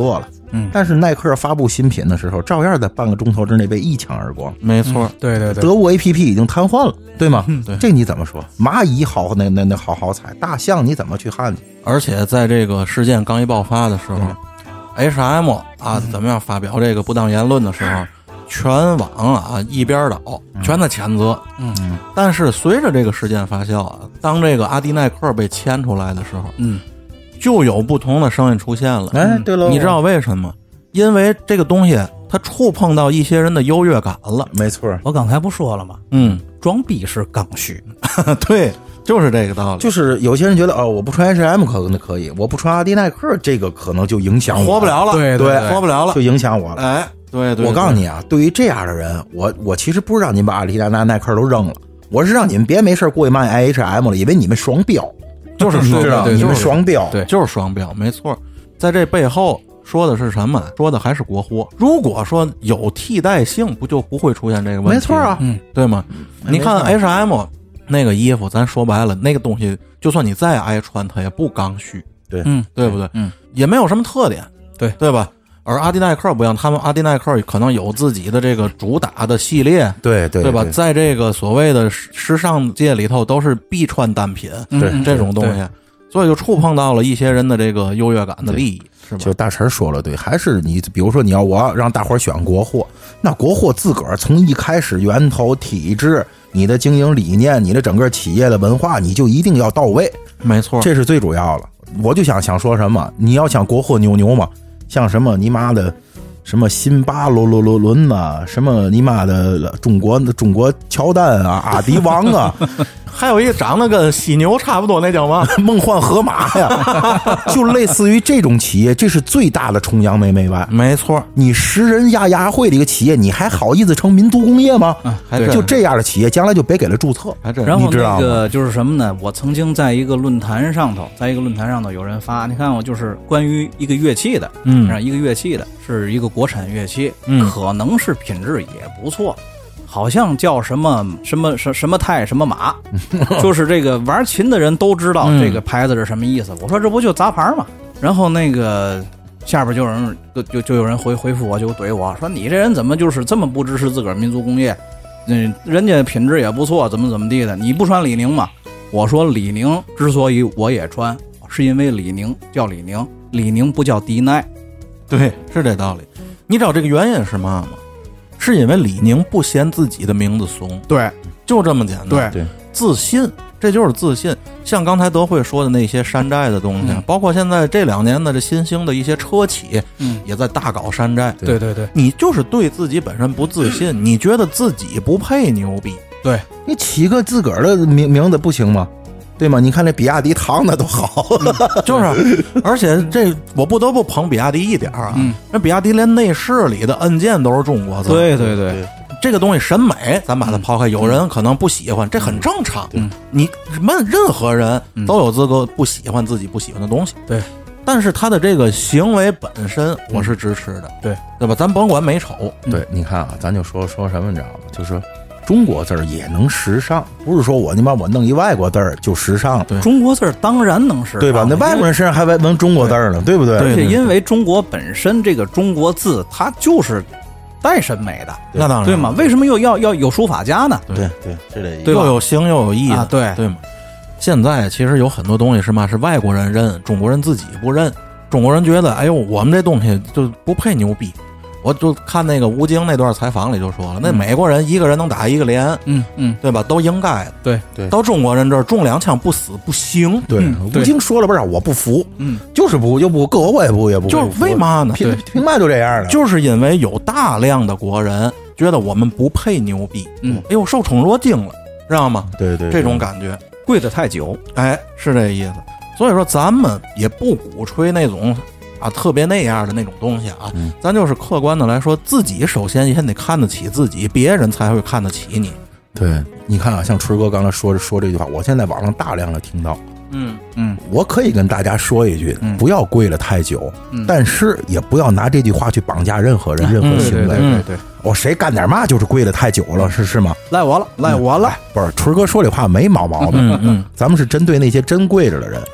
嗯， 但是耐克发布新品的时候，照样在半个钟头之内被一抢而光。 没错， 嗯、对对对， 得物 A P P 已经瘫痪了，对吗？ 嗯，对， 这你怎么说？蚂蚁好那那那好好踩，大象你怎么去焊去？ 而且在这个事件刚一爆发的时候、嗯、，H M 啊怎么样发表这个不当言论的时候，全网啊一边倒，全在谴责。 嗯， 但是随着这个事件发酵啊，当这个阿迪耐克被牵出来的时候， 嗯， 就有不同的声音出现了。 哎，对了， 你知道为什么？因为这个东西它触碰到一些人的优越感了。 没错， 我刚才不说了吗？ 嗯， 装逼是刚需。 对，就是这个道理。 就是有些人觉得哦，我不穿 H M 可能可以，我不穿阿迪耐克，这个可能就影响我活不了了。 对对， 活不了了， 就影响我了。 哎，对 对, 对， 我告诉你啊，对于这样的人，我我其实不是让你们把阿迪耐耐克都扔了，我是让你们别没事过去卖 H M 了，因为你们双标， 就是你知道， 对对你们双标， 对，就是双标，没错。在这背后说的是什么？说的还是国货。如果说有替代性，不就不会出现这个问题？ 没错啊， 嗯， 对吗？你看 H M 那个衣服，咱说白了，那个东西就算你再爱穿，它也不刚需， 对， 嗯， 对不对？ 嗯， 也没有什么特点， 对对吧？而阿迪耐克不一样，他们阿迪耐克可能有自己的这个主打的系列， 对对对吧？在这个所谓的时尚界里头，都是必穿单品， 对这种东西，所以就触碰到了一些人的这个优越感的利益，是吧？ 就大陈说了对，还是你比如说你要我要让大伙儿选国货，那国货自个儿从一开始源头体制、你的经营理念、你的整个企业的文化，你就一定要到位， 没错， 这是最主要了。我就想想说什么，你要想国货牛牛嘛，像什么你妈的什么辛巴罗罗罗伦呐，什么你妈的中国中国乔丹啊，阿迪王啊。 还有一个长得跟犀牛差不多，那叫嘛？ 梦幻河马呀，就类似于这种企业，这是最大的崇洋媚媚外。 没错， 你十人亚亚会的一个企业，你还好意思成民族工业吗？ 啊、 就这样的企业，将来就别给他注册。 还真然后那个就是什么呢？我曾经在一个论坛上头，在一个论坛上头有人发，你看我就是关于一个乐器的， 嗯， 一个乐器的，是一个国产乐器， 嗯， 可能是品质也不错。好像叫什么什么什什么泰什么马，就是这个玩琴的人都知道这个牌子是什么意思。我说这不就杂牌吗？然后那个下边就有人就就就有人回回复我，就怼我说你这人怎么就是这么不支持自个儿民族工业？嗯，人家品质也不错，怎么怎么地的，你不穿李宁吗？我说李宁之所以我也穿，是因为李宁叫李宁，李宁不叫迪耐。 对，是这道理。你知道这个原因是嘛吗？是因为李宁不嫌自己的名字怂， 对， 就这么简单， 对， 自信，这就是自信。像刚才德惠说的那些山寨的东西，嗯、包括现在这两年的这新兴的一些车企， 嗯， 也在大搞山寨。 对对对， 你就是对自己本身不自信，你觉得自己不配牛逼， 对， 你起个自个儿的名名字不行吗？对吗？你看这比亚迪唐的都好， 嗯、就是，而且这我不得不捧比亚迪一点啊， 嗯， 那比亚迪连内饰里的按键都是中国字， 对对对， 这个东西审美，咱把它抛开，有人可能不喜欢，这很正常。 嗯， 你们任何人都有资格不喜欢自己不喜欢的东西， 对。 但是他的这个行为本身，我是支持的， 对对吧？咱甭管美丑， 对，你看啊，咱就说说什么，你知道吗？就是说中国字儿也能时尚，不是说我你妈我弄一外国字儿就时尚了。 对， 中国字儿当然能时尚， 对吧？那外国人身上还纹中国字儿呢，对不对？ 而且因为中国本身这个中国字，它就是带审美的， 那当然对吗？为什么又要要有书法家呢？ 对对，是这意思， 对吧？又有形又有意啊，对对吗？现在其实有很多东西是嘛，是外国人认，中国人自己不认。中国人觉得，哎呦，我们这东西就不配牛逼。我就看那个吴京那段采访里就说了，那美国人一个人能打一个连， 嗯嗯， 对吧？都应该的。 对对， 到中国人这儿中两枪不死不行。 对，吴京说了不是我不服， 嗯， 就是不就不搁我也不也不， 就是为嘛呢？ 凭凭嘛就这样了？ 就是因为有大量的国人觉得我们不配牛逼， 嗯， 哎呦，受宠若惊了，知道吗？ 对对， 这种感觉跪得太久， 哎，是这意思。所以说，咱们也不鼓吹那种。啊，特别那样的那种东西啊， 嗯、 咱就是客观的来说，自己首先先得看得起自己，别人才会看得起你。 对，你看啊，像春哥刚才说说这句话，我现在网上大量的听到， 嗯嗯， 我可以跟大家说一句， 嗯、 不要跪了太久， 嗯、 但是也不要拿这句话去绑架任何人、嗯、任何行为。 对对对对， 我、哦、谁干点嘛就是跪了太久了，是是吗？ 赖我了，赖我了。 不是，春哥说这话没毛毛病， 嗯嗯， 咱们是针对那些真跪着的人， 哎。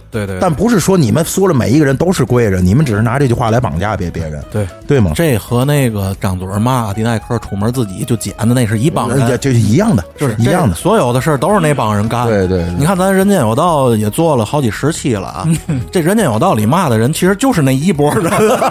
对对， 但不是说你们说的每一个人都是贵人，你们只是拿这句话来绑架别别人， 对对吗？ 这和那个张嘴骂阿迪耐克出门自己就捡的那是一帮人， 就是一样的， 就是一样的， 所有的事儿都是那帮人干的。 对对对， 你看咱人间有道也做了好几十期了啊，这人间有道里骂的人其实就是那一波人，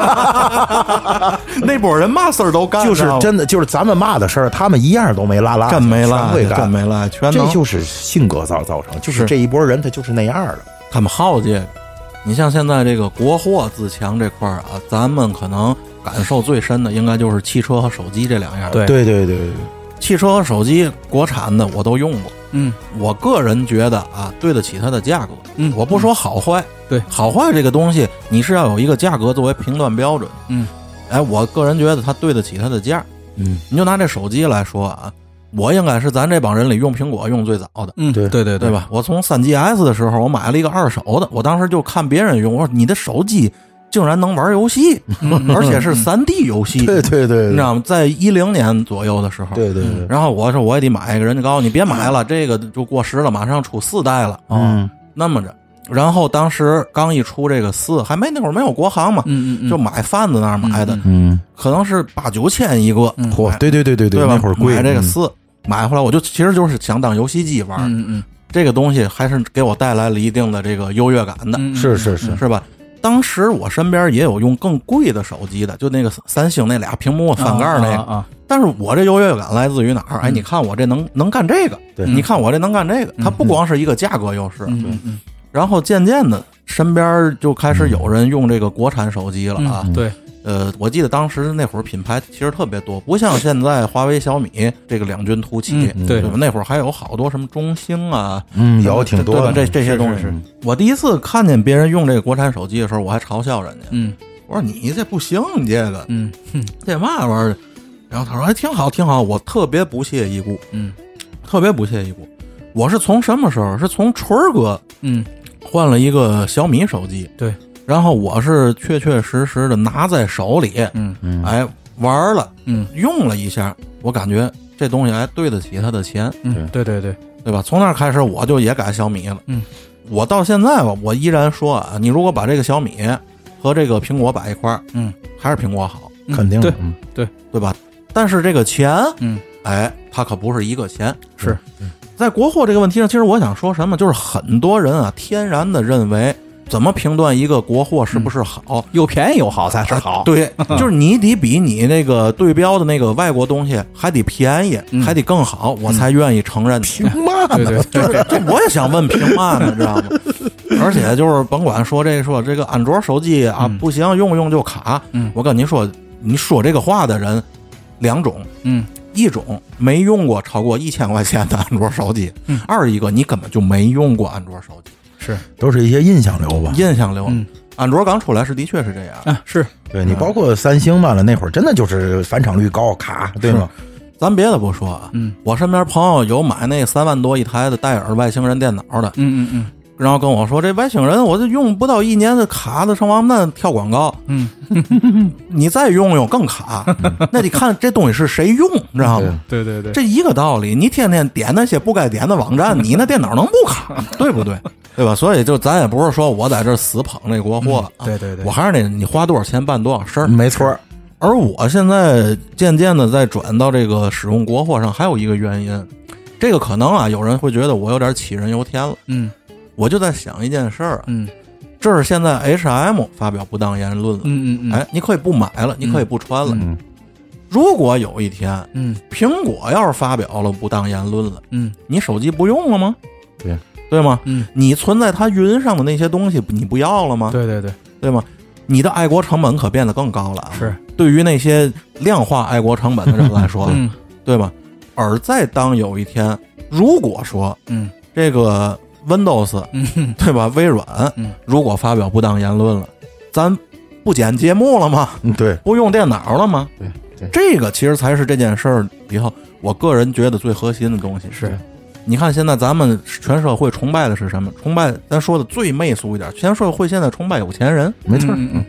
那波人嘛事儿都干， 就是真的就是咱们骂的事儿，他们一样都没落落， 真没落， 全会干， 真没落，全能。 这就是性格造造成，就是这一波人他就是那样的， 他们好这个。你像现在这个国货自强这块儿啊，咱们可能感受最深的应该就是汽车和手机这两样。 对对对对对， 汽车和手机国产的我都用过， 嗯， 我个人觉得啊，对得起它的价格。 嗯， 我不说好坏， 对， 好坏这个东西你是要有一个价格作为评断标准。 嗯， 哎，我个人觉得它对得起它的价。 嗯， 你就拿这手机来说啊，我应该是咱这帮人里用苹果用最早的。 嗯，对对对对吧？我从 三 G S 的时候，我买了一个二手的，我当时就看别人用，我说你的手机竟然能玩游戏，而且是 三 D 游戏。 对对对， 你知道吗？在一零年左右的时候， 对对对。 然后我说我也得买一个，人家告诉你别买了，这个就过时了，马上出四代了。 嗯， 那么着，然后当时刚一出这个四，还没那会儿没有国行嘛， 嗯嗯， 就买贩子那儿买的， 嗯， 可能是八九千一个。 嚯，对对对对对吧？ 那会儿贵， 买这个四。买回来我就其实就是想当游戏机玩， 嗯嗯， 这个东西还是给我带来了一定的这个优越感的， 嗯、 是是是是吧？当时我身边也有用更贵的手机的，就那个三星那俩屏幕翻盖那个， 啊啊啊、 但是我这优越感来自于哪儿？哎，你看我这能能干这个， 对， 你看我这能干这个，它不光是一个价格优势， 嗯嗯嗯， 然后渐渐的身边就开始有人用这个国产手机了啊， 嗯、对。 呃，我记得当时那会儿品牌其实特别多，不像现在华为、小米这个两军突起， 嗯、对对吧？那会儿还有好多什么中兴啊， 嗯，有挺多的， 对吧？这这些东西， 是是是我第一次看见别人用这个国产手机的时候，我还嘲笑人家， 嗯， 我说你这不行，你这个， 嗯， 这嘛玩意儿？然后他说还挺好，挺好，我特别不屑一顾， 嗯， 特别不屑一顾。我是从什么时候？是从春儿哥， 嗯， 换了一个小米手机， 对。 然后我是确确实实的拿在手里， 嗯嗯，哎，玩了， 嗯， 用了一下，我感觉这东西还对得起它的钱， 嗯，对对对， 对吧？从那开始我就也改小米了， 嗯， 我到现在吧，我依然说啊，你如果把这个小米和这个苹果摆一块儿， 嗯， 还是苹果好， 肯定的， 对对对吧？但是这个钱， 嗯， 哎，它可不是一个钱， 是在国货这个问题上，其实我想说什么，就是很多人啊，天然的认为。怎么评断一个国货是不是好？ 嗯、又便宜又好才是好。 对，就是你得比你那个对标的那个外国东西还得便宜，嗯、还得更好，我才愿意承认。 凭嘛呢？ 对对， 就是这我也想问凭嘛呢？知道吗？而且就是甭管说这个说这个安卓手机啊、嗯、不行，用用就卡。 嗯， 我跟你说，你说这个话的人两种， 嗯， 一种没用过超过一千块钱的安卓手机， 嗯， 二一个你根本就没用过安卓手机。 是， 都是一些印象流吧， 印象流。 嗯， 安卓刚出来是的确是这样啊，是对你包括三星嘛了，那会儿真的就是返场率高，卡，对吗？ 咱别的不说啊， 嗯， 我身边朋友有买那三万多一台的戴尔外星人电脑的， 嗯嗯嗯， 然后跟我说这外星人我就用不到一年的卡的成王八蛋跳广告， 嗯， 你再用用更卡，那得看这东西是谁用，你知道吗？ 对对对， 这一个道理，你天天点那些不该点的网站，你那电脑能不卡，对不对？对吧？所以就咱也不是说我在这死捧这国货、 嗯，对对对， 我还是那你花多少钱办多少事儿， 没错。 而我现在渐渐的在转到这个使用国货上，还有一个原因，这个可能啊，有人会觉得我有点杞人忧天了。 嗯， 我就在想一件事儿， 嗯， 这是现在 H M 发表不当言论了， 嗯嗯嗯， 哎，你可以不买了，你可以不穿了。 嗯， 如果有一天， 嗯， 苹果要是发表了不当言论了， 嗯， 你手机不用了吗？ 对。 对吗？ 嗯， 你存在它云上的那些东西，你不要了吗？ 对对对， 对吗？你的爱国成本可变得更高了啊！ 是， 对于那些量化爱国成本的人来说， 嗯， 对吧？而再当有一天，如果说， 嗯， 这个 Windows， 嗯， 对吧？微软， 嗯， 如果发表不当言论了，咱不剪节目了吗？ 嗯，对， 不用电脑了吗？ 对，对， 这个其实才是这件事儿以后，我个人觉得最核心的东西是。 你看，现在咱们全社会崇拜的是什么？崇拜咱说的最媚俗一点，全社会现在崇拜有钱人， 没错， 嗯嗯，对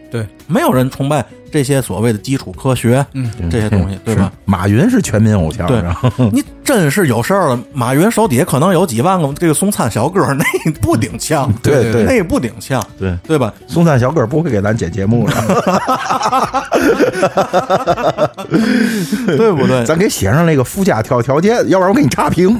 没有人崇拜这些所谓的基础科学，嗯，这些东西，对吧？ 马云是全民偶像， 对，你真是有事儿了，马云手底下可能有几万个这个送餐小哥，那不顶呛， 对对， 那不顶呛， 对对吧？ 送餐小哥不会给咱剪节目的， 对不对？ 咱给写上那个附加条条件，要不然我给你差评，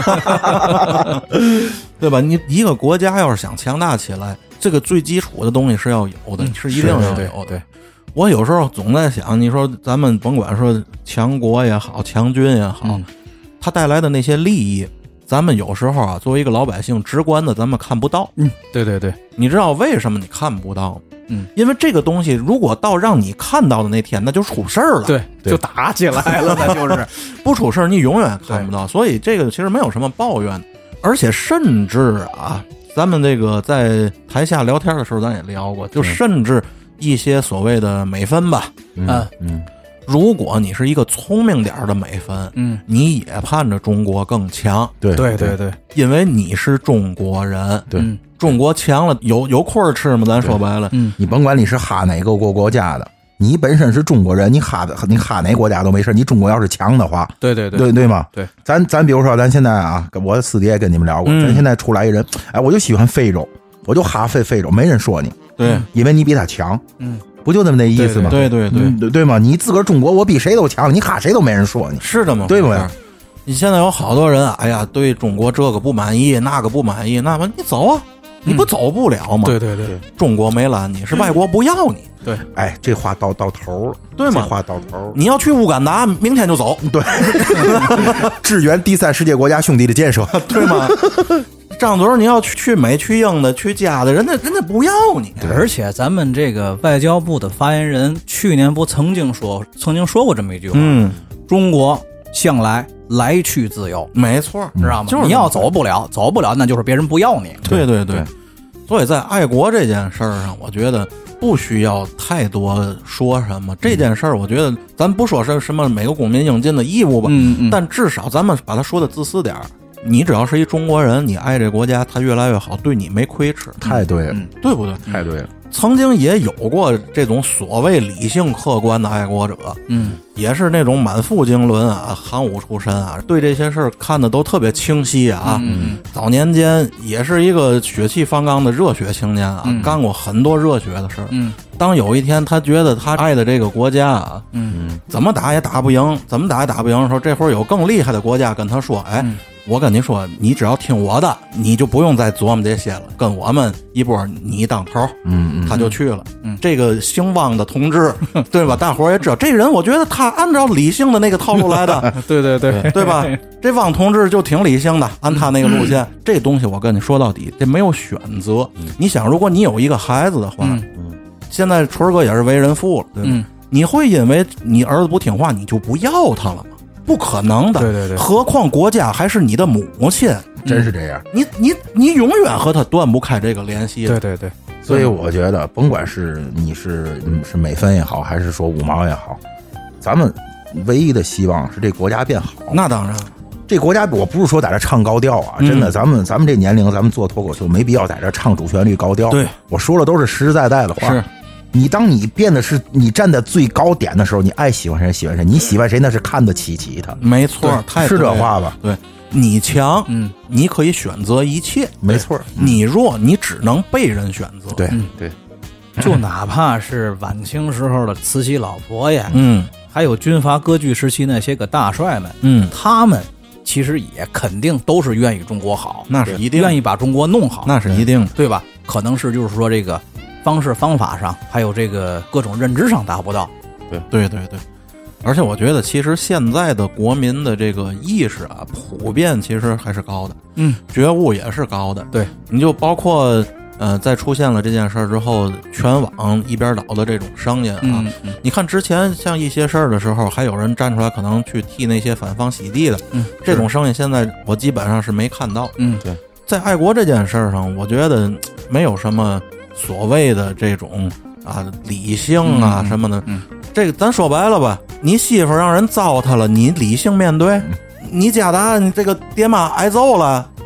对吧？你一个国家要是想强大起来，这个最基础的东西是要有的，嗯、是一定要有的。 对， 我有时候总在想，你说咱们甭管说强国也好，强军也好，嗯、它带来的那些利益，咱们有时候啊，作为一个老百姓，直观的咱们看不到。 嗯，对对对， 你知道为什么你看不到吗？ 嗯， 因为这个东西如果到让你看到的那天，那就出事儿了， 对，就打起来了，那就是不出事儿，你永远看不到。所以这个其实没有什么抱怨的，而且甚至啊，咱们这个在台下聊天的时候，咱也聊过，就甚至一些所谓的美分吧， 嗯嗯， 如果你是一个聪明点的美分， 嗯， 你也盼着中国更强， 对对对对， 因为你是中国人， 对。 嗯中国强了，有有亏吃吗？咱说白了， 嗯， 你甭管你是哈哪个国国家的，你本身是中国人，你哈的你哈哪国家都没事。你中国要是强的话， 对对对， 对对吗？ 对， 咱咱比如说，咱现在啊，我私底下跟你们聊过， 嗯、 咱现在出来一人，哎，我就喜欢非洲，我就哈非非洲，没人说你， 对， 因为你比他强， 嗯， 不就那么那意思吗？ 对对对对 对, 对, 对吗？你自个儿中国，我比谁都强，你哈谁都没人说你， 是的吗？ 对不对？ 你现在有好多人，哎呀，对中国这个不满意，那个不满意，那么你走啊。你不走不了吗？ 对对对， 中国没拦你，是外国不要你。 对， 哎，这话到到头了， 对吗？ 这话到头了。 你要去乌干达，明天就走。 对，支援第三世界国家兄弟的建设， 对吗？张嘴你要去去美去英的去加的，人家人家不要你。 而且咱们这个外交部的发言人去年不曾经说曾经说过这么一句话， 嗯， 中国向来来去自由， 没错， 知道吗？ 就是你要走不了，走不了，那就是别人不要你。 对对对，所以在爱国这件事儿上，我觉得不需要太多说什么。这件事儿，我觉得咱不说是什么每个公民应尽的义务吧， 嗯嗯， 但至少咱们把它说的自私点儿。你只要是一中国人，你爱这国家，它越来越好，对你没亏吃。 太对了， 嗯、 对不对？ 太对了。 曾经也有过这种所谓理性客观的爱国者， 嗯， 也是那种满腹经纶啊，行武出身啊，对这些事儿看的都特别清晰啊。 嗯， 早年间也是一个血气方刚的热血青年啊， 嗯、 干过很多热血的事儿。 嗯， 当有一天他觉得他爱的这个国家啊， 嗯， 怎么打也打不赢，怎么打也打不赢的时候，这会儿有更厉害的国家跟他说，哎。嗯，我跟你说，你只要听我的，你就不用再琢磨这些了。跟我们一波，你当头， 嗯嗯， 他就去了。 嗯， 这个姓汪的同志，对吧？大伙儿也知道，这人我觉得他按照理性的那个套路来的， 对对对， 对吧？这汪同志就挺理性的，按他那个路线。嗯、这东西我跟你说到底，这没有选择。嗯、你想，如果你有一个孩子的话， 嗯， 现在春哥也是为人父了，对吧？ 嗯， 你会因为你儿子不听话，你就不要他了吗？不可能的， 对对对， 何况国家还是你的母亲， 真是这样。 你你你永远和他断不开这个联系。 对对对， 所以我觉得，甭管是你是是美分也好，还是说五毛也好，咱们唯一的希望是这国家变好。 那当然， 这国家我不是说在这唱高调啊，真的，咱们咱们这年龄，咱们做脱口秀没必要在这唱主旋律高调。 对， 我说的都是实实在在的话。 是。 你当你变得是你站在最高点的时候，你爱喜欢谁喜欢谁，你喜欢谁那是看得起起他。 没错，太是这话吧？ 对，你强， 嗯， 你可以选择一切。 没错， 你弱，你只能被人选择。 对、 嗯、 对， 就哪怕是晚清时候的慈禧老佛爷， 嗯， 还有军阀割据时期那些个大帅们， 嗯， 他们其实也肯定都是愿意中国好， 那是一定愿意把中国弄好， 那是一定的， 对吧？可能是就是说这个。方式方法上，还有这个各种认知上达不到。 对对对对，而且我觉得，其实现在的国民的这个意识啊，普遍其实还是高的， 嗯， 觉悟也是高的。 对， 你就包括呃，在出现了这件事儿之后，全网一边倒的这种声音啊， 嗯嗯、 你看之前像一些事儿的时候，还有人站出来可能去替那些反方洗地的， 嗯， 这种声音现在我基本上是没看到。 嗯， 对， 在爱国这件事儿上，我觉得没有什么。所谓的这种啊理性啊什么的， 嗯嗯、 这个咱说白了吧，你媳妇让人糟蹋了，你理性面对；你家的你这个爹妈挨揍了，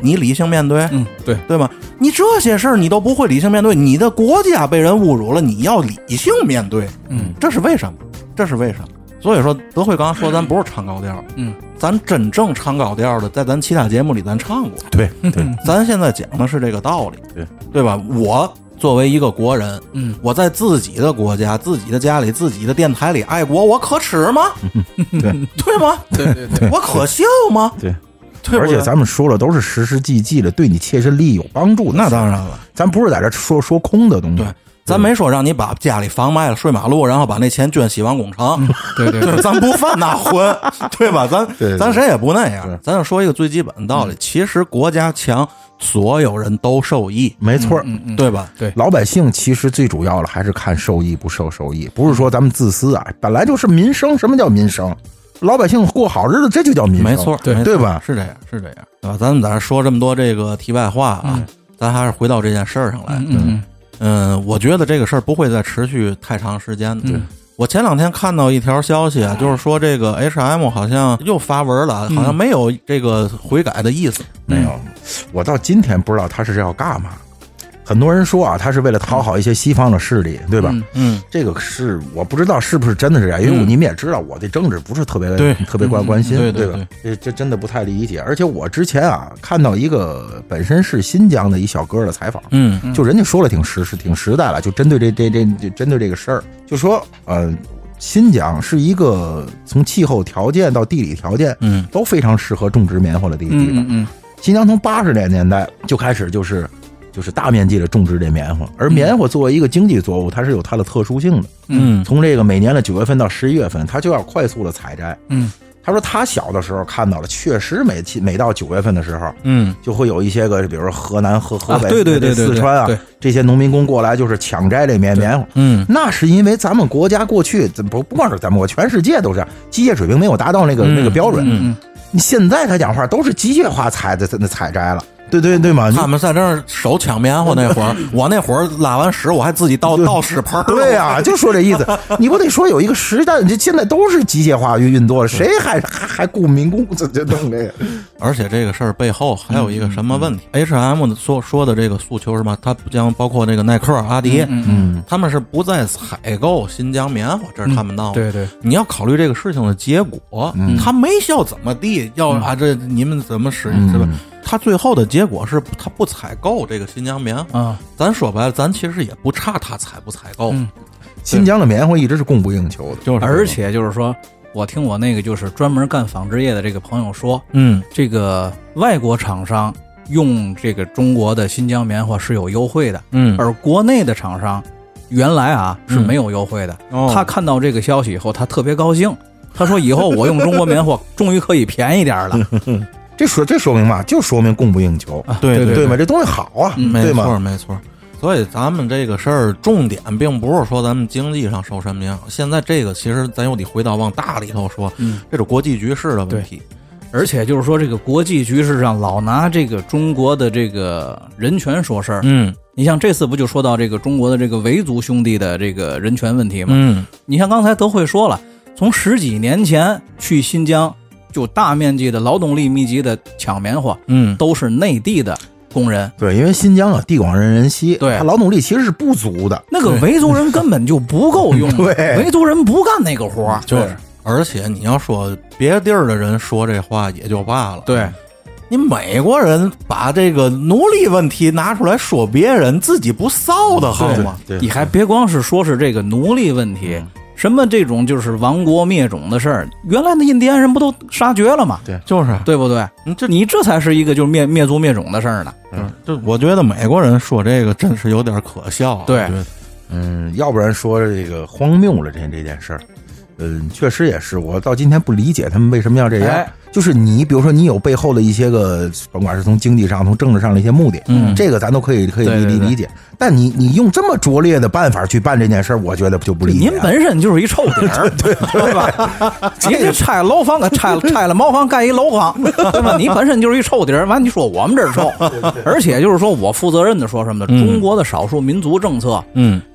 你理性面对， 嗯，对对吧？你这些事儿你都不会理性面对，你的国家被人侮辱了，你要理性面对， 嗯， 这是为什么？这是为什么？所以说，德惠刚刚说咱不是唱高调， 嗯， 咱真正唱高调的，在咱其他节目里咱唱过， 对对， 咱现在讲的是这个道理， 对对吧？我作为一个国人， 嗯， 我在自己的国家、自己的家里、自己的电台里爱国，我可耻吗？ 对对吗？ 对对对， 我可笑吗？ 对。 对不对， 而且咱们说了都是实实际际的，对你切身利益有帮助的。 那当然了， 咱不是在这说说空的东西。 对，咱没说让你把家里房卖了睡马路，然后把那钱捐希望工程。 嗯、对对对， 咱不犯那浑，对吧？咱对对咱谁也不那样。咱就说一个最基本的道理，嗯、其实国家强，所有人都受益， 没错， 嗯嗯、 对吧？ 对， 老百姓其实最主要的还是看受益不受受益，不是说咱们自私啊，本来就是民生。什么叫民生？老百姓过好日子，这就叫民生， 没错， 对对吧？ 是这样，是这样，对吧？咱们在这说这么多这个题外话啊，嗯、咱还是回到这件事儿上来。 嗯嗯， 嗯，我觉得这个事儿不会再持续太长时间的。 嗯、 我前两天看到一条消息啊，就是说这个 H M 好像又发文了，好像没有这个悔改的意思。 没有，我到今天不知道他是要干嘛。很多人说啊，他是为了讨好一些西方的势力，对吧？ 嗯， 这个是我不知道是不是真的是这样，因为你们也知道，我对政治不是特别对特别关关心， 对对吧？这这真的不太理解。而且我之前啊看到一个本身是新疆的一小哥的采访， 嗯， 就人家说了挺实是挺实在了，就针对这这这这针对这个事儿，就说呃。新疆是一个从气候条件到地理条件， 嗯， 都非常适合种植棉花的地地方。 嗯嗯， 新疆从八十年年代就开始就是就是大面积的种植这棉花，而棉花作为一个经济作物，它是有它的特殊性的。 嗯， 从这个每年的九月份到十一月份，它就要快速的采摘。 嗯。 他说他小的时候看到了，确实每每到九月份的时候， 嗯， 就会有一些个，比如说河南、河河北、 啊、对对对对四川啊，这些农民工过来就是抢摘这棉棉花。 嗯， 那是因为咱们国家过去不不光是咱们国，全世界都是机械水平没有达到那个、 嗯、 那个标准。 嗯嗯， 你现在他讲话都是机械化采的那采摘了。对对对嘛！ 他们在这儿手抢棉花那会儿，我那会儿拉完屎，我还自己倒倒屎盆。 对呀、啊，就说这意思。你不得说有一个时代，这现在都是机械化运作，谁还还还雇民工这这弄这个？ 而且这个事儿背后还有一个什么问题、嗯、？H M 所说的这个诉求是什么？它将包括那个耐克、阿迪， 嗯嗯， 他们是不再采购新疆棉花，这是他们闹的、 嗯。对对， 你要考虑这个事情的结果， 嗯、 他没要怎么地，要啊这你们怎么使是吧？ 嗯他最后的结果是他不采购这个新疆棉花啊， 咱说白了，咱其实也不差他采不采购。 嗯， 新疆的棉花一直是供不应求的， 就是而且就是说，我听我那个就是专门干纺织业的这个朋友说， 嗯， 这个外国厂商用这个中国的新疆棉花是有优惠的， 嗯， 而国内的厂商原来啊是没有优惠的。 嗯哦、 他看到这个消息以后，他特别高兴，他说以后我用中国棉花终于可以便宜点了。 这说这说明嘛，就说明供不应求， 啊、 对对对嘛，这东西好啊， 嗯、 对吗？ 没错没错。所以咱们这个事儿重点并不是说咱们经济上受什么影响，现在这个其实咱又得回到往大里头说， 嗯， 这是国际局势的问题。 而且就是说这个国际局势上老拿这个中国的这个人权说事儿， 嗯， 你像这次不就说到这个中国的这个维族兄弟的这个人权问题吗？ 嗯， 你像刚才德惠说了，从十几年前去新疆就大面积的劳动力密集的抢棉花， 嗯， 都是内地的工人。 对，因为新疆啊地广人人稀， 对， 他劳动力其实是不足的， 那个维族人根本就不够用， 对， 维族人不干那个活， 就是而且你要说别地儿的人说这话也就罢了， 对， 你美国人把这个奴隶问题拿出来说别人，自己不臊得慌吗？ 对， 你还别光是说是这个奴隶问题。嗯，什么这种就是亡国灭种的事儿，原来的印第安人不都杀绝了吗？ 对， 就是对不对？ 你这你这才是一个就是灭灭族灭种的事儿呢。 嗯，就我觉得美国人说这个真是有点可笑、啊。 对， 嗯，要不然说这个荒谬了这这件事儿。嗯，确实也是，我到今天不理解他们为什么要这样。 哎， 就是你，比如说你有背后的一些个，甭管是从经济上、从政治上的一些目的， 嗯， 这个咱都可以可以理对对对理解。但你你用这么拙劣的办法去办这件事儿，我觉得就不理解。 您本身就是一臭底儿，对对吧？你这拆楼房，给拆了拆了茅房，盖一楼房，对吧？你本身就是一臭底儿，完你说我们这儿臭，而且就是说我负责任的说什么呢？中国的少数民族政策， 嗯。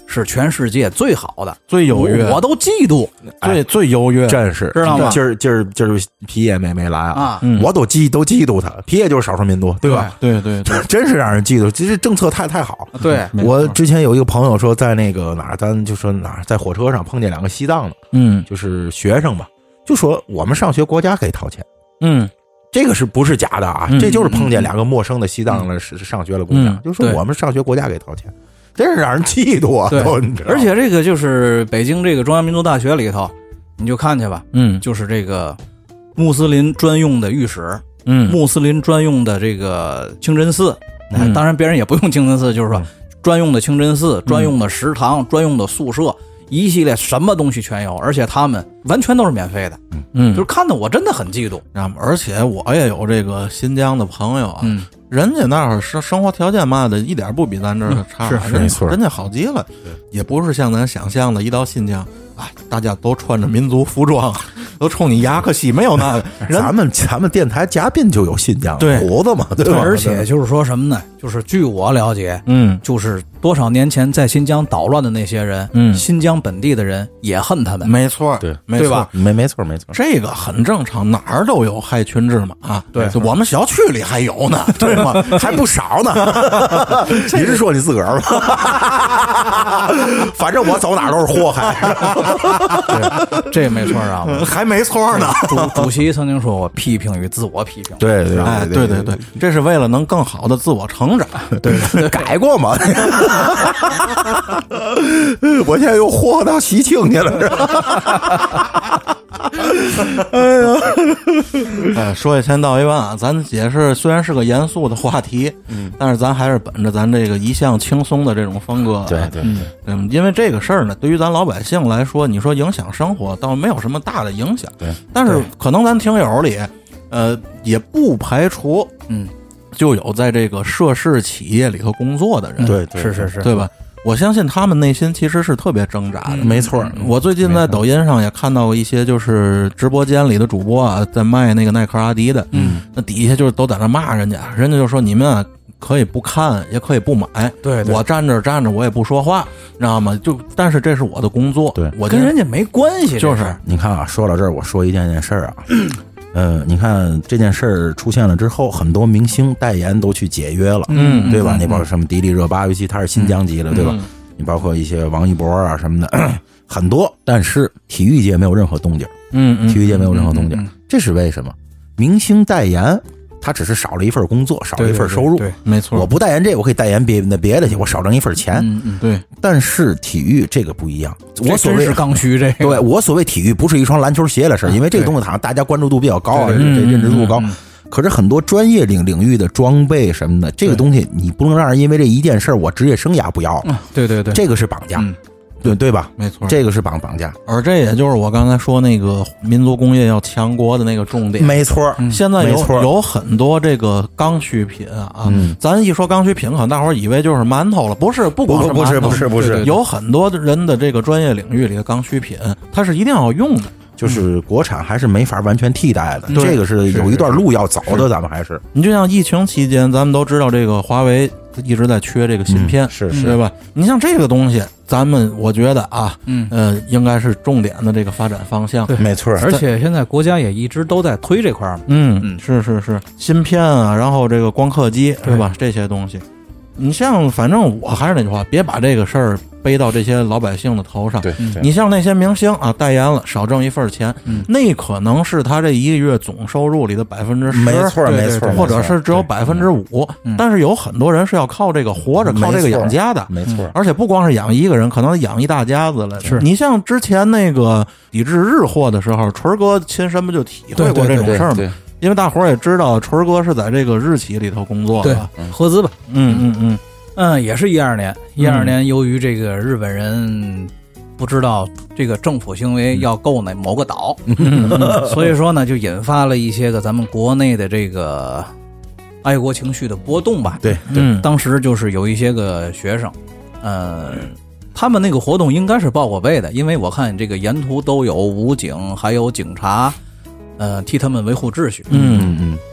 是全世界最好的、 最优越， 我我都嫉妒， 最最优越， 真是知道吗今儿今儿今儿皮爷没没来啊， 啊嗯我都嫉都嫉妒他，皮爷就是少数民族，对吧？ 对对对， 真是让人嫉妒，这这政策太太好。 对， 我之前有一个朋友说，在那个哪儿，咱就说哪儿，在火车上碰见两个西藏的， 嗯就是学生吧，就说我们上学国家给掏钱， 嗯， 这个是不是假的啊？ 嗯这就是碰见两个陌生的西藏的是上学的姑娘， 嗯就说我们上学国家给掏钱，真是让人嫉妒啊！ 对都你知道吗而且这个就是北京这个中央民族大学里头，你就看去吧， 嗯就是这个穆斯林专用的浴室， 嗯穆斯林专用的这个清真寺， 嗯当然别人也不用清真寺，就是说专用的清真寺、专用的食堂、专用的宿舍，一系列什么东西全有，而且他们完全都是免费的， 嗯， 就是看得我真的很嫉妒。 啊，而且我也有这个新疆的朋友啊， 嗯， 人家那儿生生活条件嘛的，一点不比咱这儿差， 是是没错人家好极了，也不是像咱想象的，一到新疆啊，大家都穿着民族服装，都冲你牙可惜，没有那个人， 咱们咱们电台嘉宾就有新疆对胡子嘛，对吧？ 而且就是说什么呢？就是据我了解， 嗯就是多少年前在新疆捣乱的那些人， 嗯新疆本地的人也恨他们， 没错， 对没错对吧。 没没错没错， 这个很正常，哪儿都有害群之马。 对就我们小区里还有呢， 对吗？还不少呢。你是说你自个儿吧？反正我走哪儿都是祸害。 这没错啊。 还没错呢。 主主席曾经说过，批评与自我批评。 对对哎，对对对，这是为了能更好的自我成长。 对对， 改过吗？我现在又祸到喜庆去了。 哎，说一千道一万啊，咱解释虽然是个严肃的话题，嗯，但是咱还是本着咱这个一向轻松的这种风格。 对对， 嗯，因为这个事儿呢，对于咱老百姓来说，你说影响生活倒没有什么大的影响。 对， 但是可能咱听友里，呃，也不排除， 嗯， 就有在这个涉事企业里头工作的人， 对对是是是， 对吧？我相信他们内心其实是特别挣扎的。 没错。 我最近在抖音上也看到过一些，就是直播间里的主播啊，在卖那个耐克、阿迪的， 嗯， 那底下就是都在那骂人家，人家就说你们啊可以不看，也可以不买， 对对我站这站着我也不说话，你知道吗？就但是这是我的工作， 对我跟人家没关系， 就是这事儿你看啊，说到这儿，我说一件件事儿啊。呃，你看这件事儿出现了之后，很多明星代言都去解约了， 嗯对吧？ 嗯你包括什么迪丽热巴，尤其他是新疆籍的，对吧？ 嗯你包括一些王一博啊什么的，很多。但是体育界没有任何动静， 嗯嗯， 体育界没有任何动静， 嗯嗯嗯这是为什么？明星代言，他只是少了一份工作，少了一份收入。 对， 没错， 我不代言这，我可以代言别的别的去，我少挣一份钱。 嗯嗯， 对， 但是体育这个不一样，我所谓这真是刚需，这个对我所谓体育不是一双篮球鞋的事儿，因为这个东西好像大家关注度比较高啊，这对对这认知度高嗯嗯。 可是很多专业领领域的装备什么的，这个东西你不能让人因为这一件事儿，我职业生涯不要， 对对对， 这个是绑架， 嗯对对吧？ 没错， 这个是绑绑架， 而这也就是我刚才说那个民族工业要强国的那个重点。 没错。 现在有没错有很多这个刚需品啊， 嗯咱一说刚需品，可能大伙儿以为就是馒头了，不是，不光不不是馒头不是不是对对有很多人的这个专业领域里的刚需品，它是一定要用的。 就是国产还是没法完全替代的， 对这个是有一段路要走的，咱们还是你就像疫情期间，咱们都知道这个华为一直在缺这个芯片， 嗯是是对吧？你像这个东西，咱们我觉得啊， 嗯呃，应该是重点的这个发展方向。 没错。 而且现在国家也一直都在推这块儿嘛。 嗯嗯是是是，芯片啊，然后这个光刻机是吧？这些东西，你像反正我还是那句话，别把这个事儿背到这些老百姓的头上。 对，对你像那些明星啊，代言了少挣一份钱， 嗯那可能是他这一个月总收入里的百分之十， 没错对没错， 对或者是只有百分之五。但是有很多人是要靠这个活着，靠这个养家的。 没错。 而且不光是养一个人，可能养一大家子了。 是你像之前那个抵制日货的时候，锤哥亲身不就体会过这种事儿吗？因为大伙儿也知道，锤哥是在这个日企里头工作对的。， 合资吧。 嗯嗯嗯， 嗯，也是一二年，一二年由于这个日本人不知道这个政府行为要购那某个岛，所以说呢，就引发了一些个咱们国内的这个爱国情绪的波动吧。 对对，嗯当时就是有一些个学生，呃，他们那个活动应该是报过备的，因为我看这个沿途都有武警还有警察，呃，替他们维护秩序。 嗯嗯嗯，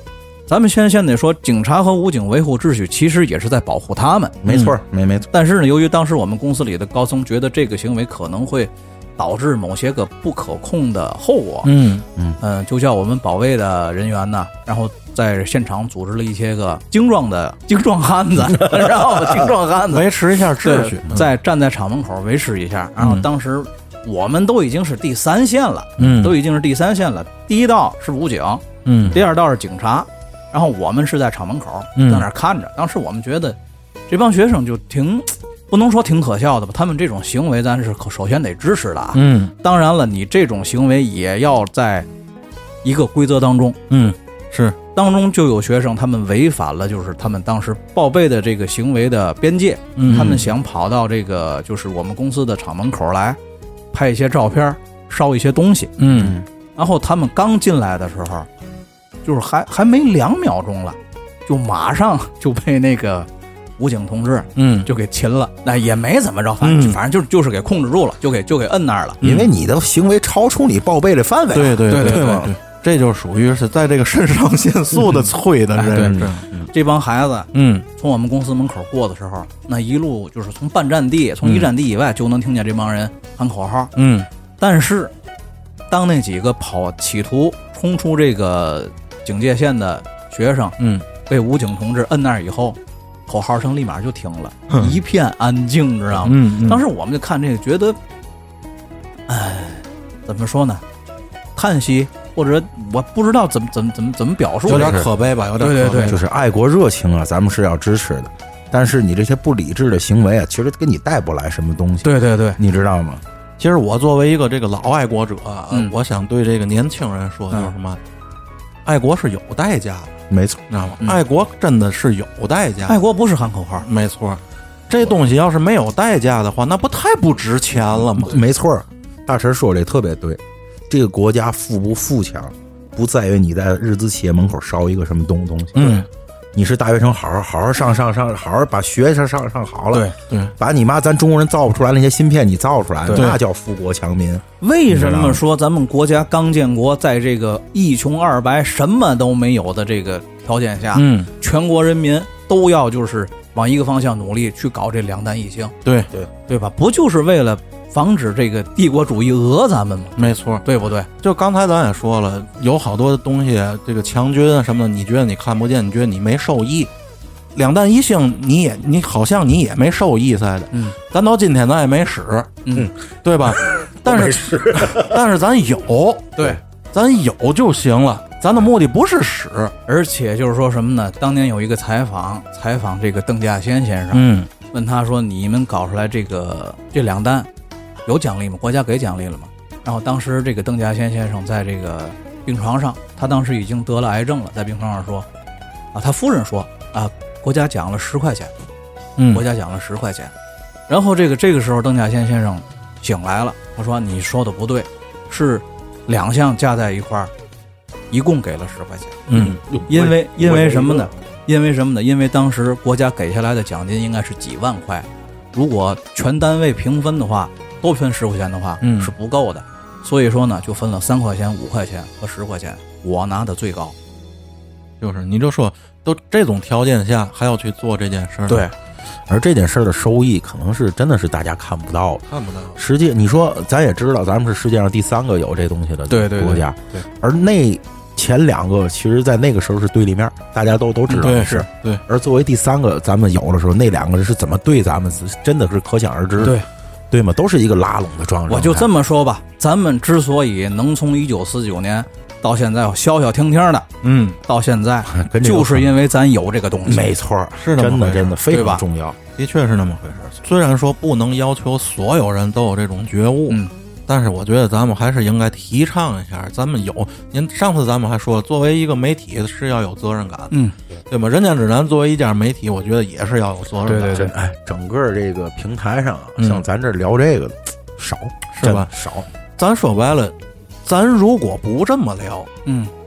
咱们先先得说，警察和武警维护秩序，其实也是在保护他们， 没错，没没错。 但是呢，由于当时我们公司里的高层觉得这个行为可能会导致某些个不可控的后果， 嗯嗯、呃，就叫我们保卫的人员呢，然后在现场组织了一些个精壮的精壮汉子，然后精壮汉子维持一下秩序， 在站在厂门口维持一下。然后当时我们都已经是第三线了， 嗯， 都已经是第三线了。第一道是武警， 嗯， 第二道是警察，然后我们是在厂门口在那儿看着。当时我们觉得这帮学生就挺。不能说挺可笑的吧，他们这种行为咱是首先得支持的啊。 嗯， 当然了，你这种行为也要在一个规则当中。 嗯，是当中就有学生他们违反了，就是他们当时报备的这个行为的边界。 嗯， 他们想跑到这个就是我们公司的厂门口来拍一些照片，烧一些东西。 嗯， 然后他们刚进来的时候，就是还还没两秒钟了，就马上就被那个。武警同志， 嗯， 就给擒了，那也没怎么着，反正、嗯、反正就就是给控制住了，就给就给摁那儿了， 因为你的行为超出你报备的范围， 对对对对对对，这就属于是在这个肾上腺素的催的人。 对，这帮孩子， 嗯， 从我们公司门口过的时候，那一路就是从半站地，从一站地以外就能听见这帮人喊口号， 嗯， 但是当那几个跑企图冲出这个警戒线的学生， 嗯， 被武警同志摁那儿以后。口号声立马就停了，一片安静，知道吗？ 嗯嗯、 当时我们就看这个，觉得，哎，怎么说呢？叹息，或者我不知道怎么怎么怎么怎么表述， 有点可悲吧？有点可悲对对对， 就是爱国热情啊，咱们是要支持的。但是你这些不理智的行为啊，其实给你带不来什么东西。 对对对， 你知道吗？ 其实我作为一个这个老爱国者， 嗯、 我想对这个年轻人说，就是什么，嗯、爱国是有代价的。 没错， 知道吗？嗯、爱国真的是有代价。 爱国不是喊口号， 没错。这东西要是没有代价的话，那不太不值钱了吗？ 没错，大神说这特别对。这个国家富不富强，不在于你在日资企业门口烧一个什么东东西。 嗯， 你是大学生，好好好好上上上，好好把学上上上好了。 对对， 把你妈咱中国人造不出来那些芯片，你造出来，那叫富国强民。 为什么说咱们国家刚建国，在这个一穷二白、什么都没有的这个条件下， 嗯， 全国人民都要就是往一个方向努力去搞这两弹一星？ 对对对吧？不就是为了防止这个帝国主义讹咱们吗？ 没错， 对不对？ 就刚才咱也说了，有好多东西，这个强军啊什么的，你觉得你看不见，你觉得你没受益。两弹一星，你也你好像你也没受益似的， 嗯， 咱到今天咱也没使， 嗯， 对吧？但是但是咱有， 对， 咱有就行了。咱的目的不是使， 而且就是说什么呢？当年有一个采访，采访这个邓稼先先生， 嗯， 问他说：“你们搞出来这个这两弹有奖励吗？国家给奖励了吗？”然后当时这个邓稼先先生在这个病床上，他当时已经得了癌症了，在病床上说：“啊，他夫人说啊。”国家奖了十块钱， 嗯， 国家奖了十块钱，然后这个这个时候邓稼先先生醒来了，他说：“你说的不对，是两项加在一块儿，一共给了十块钱。” 嗯， 因为因为什么呢？因为什么呢？因为当时国家给下来的奖金应该是几万块，如果全单位平分的话，都分十块钱的话， 嗯， 是不够的。所以说呢，就分了三块钱、五块钱和十块钱，我拿的最高。 就是你就说。都这种条件下还要去做这件事儿， 对，而这件事儿的收益可能是真的是大家看不到的， 看不到。 实际你说咱也知道，咱们是世界上第三个有这东西的国家， 对， 而那前两个其实在那个时候是对立面，大家都都知道对是， 对。 而作为第三个，咱们有的时候那两个人是怎么对咱们，真的是可想而知， 对， 对吗？都是一个拉拢的状态。 我就这么说吧，咱们之所以能从一九四九年。到现在消消停停的， 嗯， 到现在就是因为咱有这个东西， 没错， 是真的真的非常重要， 的确是那么回事。虽然说不能要求所有人都有这种觉悟， 嗯， 但是我觉得咱们还是应该提倡一下。咱们有，您上次咱们还说，作为一个媒体是要有责任感， 嗯， 对吧？人间指南作为一家媒体，我觉得也是要有责任感。 对对对， 哎，整个这个平台上啊，像咱这聊这个的、嗯、少， 是吧？ 少。 咱说白了，咱如果不这么聊， 嗯。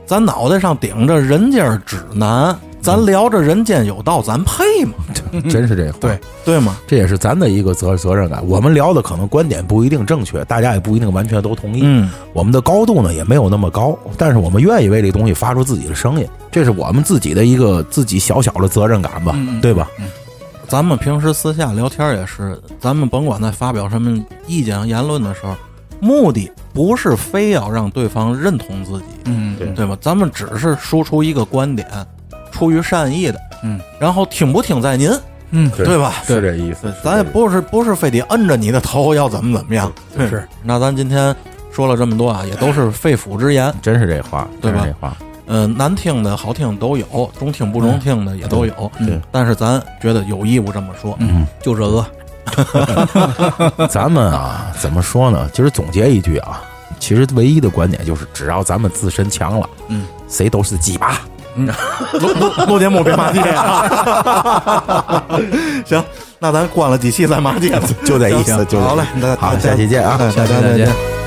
咱脑袋上顶着人家指南，咱聊着人间有道，咱配吗？ 真是这话， 对对吗？ 这也是咱的一个责责任感。我们聊的可能观点不一定正确，大家也不一定完全都同意。 嗯， 我们的高度呢也没有那么高，但是我们愿意为这东西发出自己的声音，这是我们自己的一个自己小小的责任感吧， 嗯、 对吧？ 嗯， 咱们平时私下聊天也是，咱们甭管在发表什么意见言论的时候，目的不是非要让对方认同自己， 嗯， 对对吧？咱们只是输出一个观点，出于善意的， 嗯， 然后听不听在您， 嗯， 对吧？ 是这意思。 咱也不是不是非得摁着你的头要怎么怎么样，对是。 那咱今天说了这么多啊，也都是肺腑之言， 真是这话， 对吧？ 这话， 嗯、呃，难听的好听都有，中听不中听的也都有， 嗯、对。 但是咱觉得有义务这么说， 嗯，就这个。 咱们啊，怎么说呢？就是总结一句啊，其实唯一的观点就是，只要咱们自身强了， 嗯， 谁都是鸡巴。 嗯，录录录节目别骂街啊！行，那咱关了机器再骂街， 就这意思。就好嘞， 好，下期见啊！ 下期再见。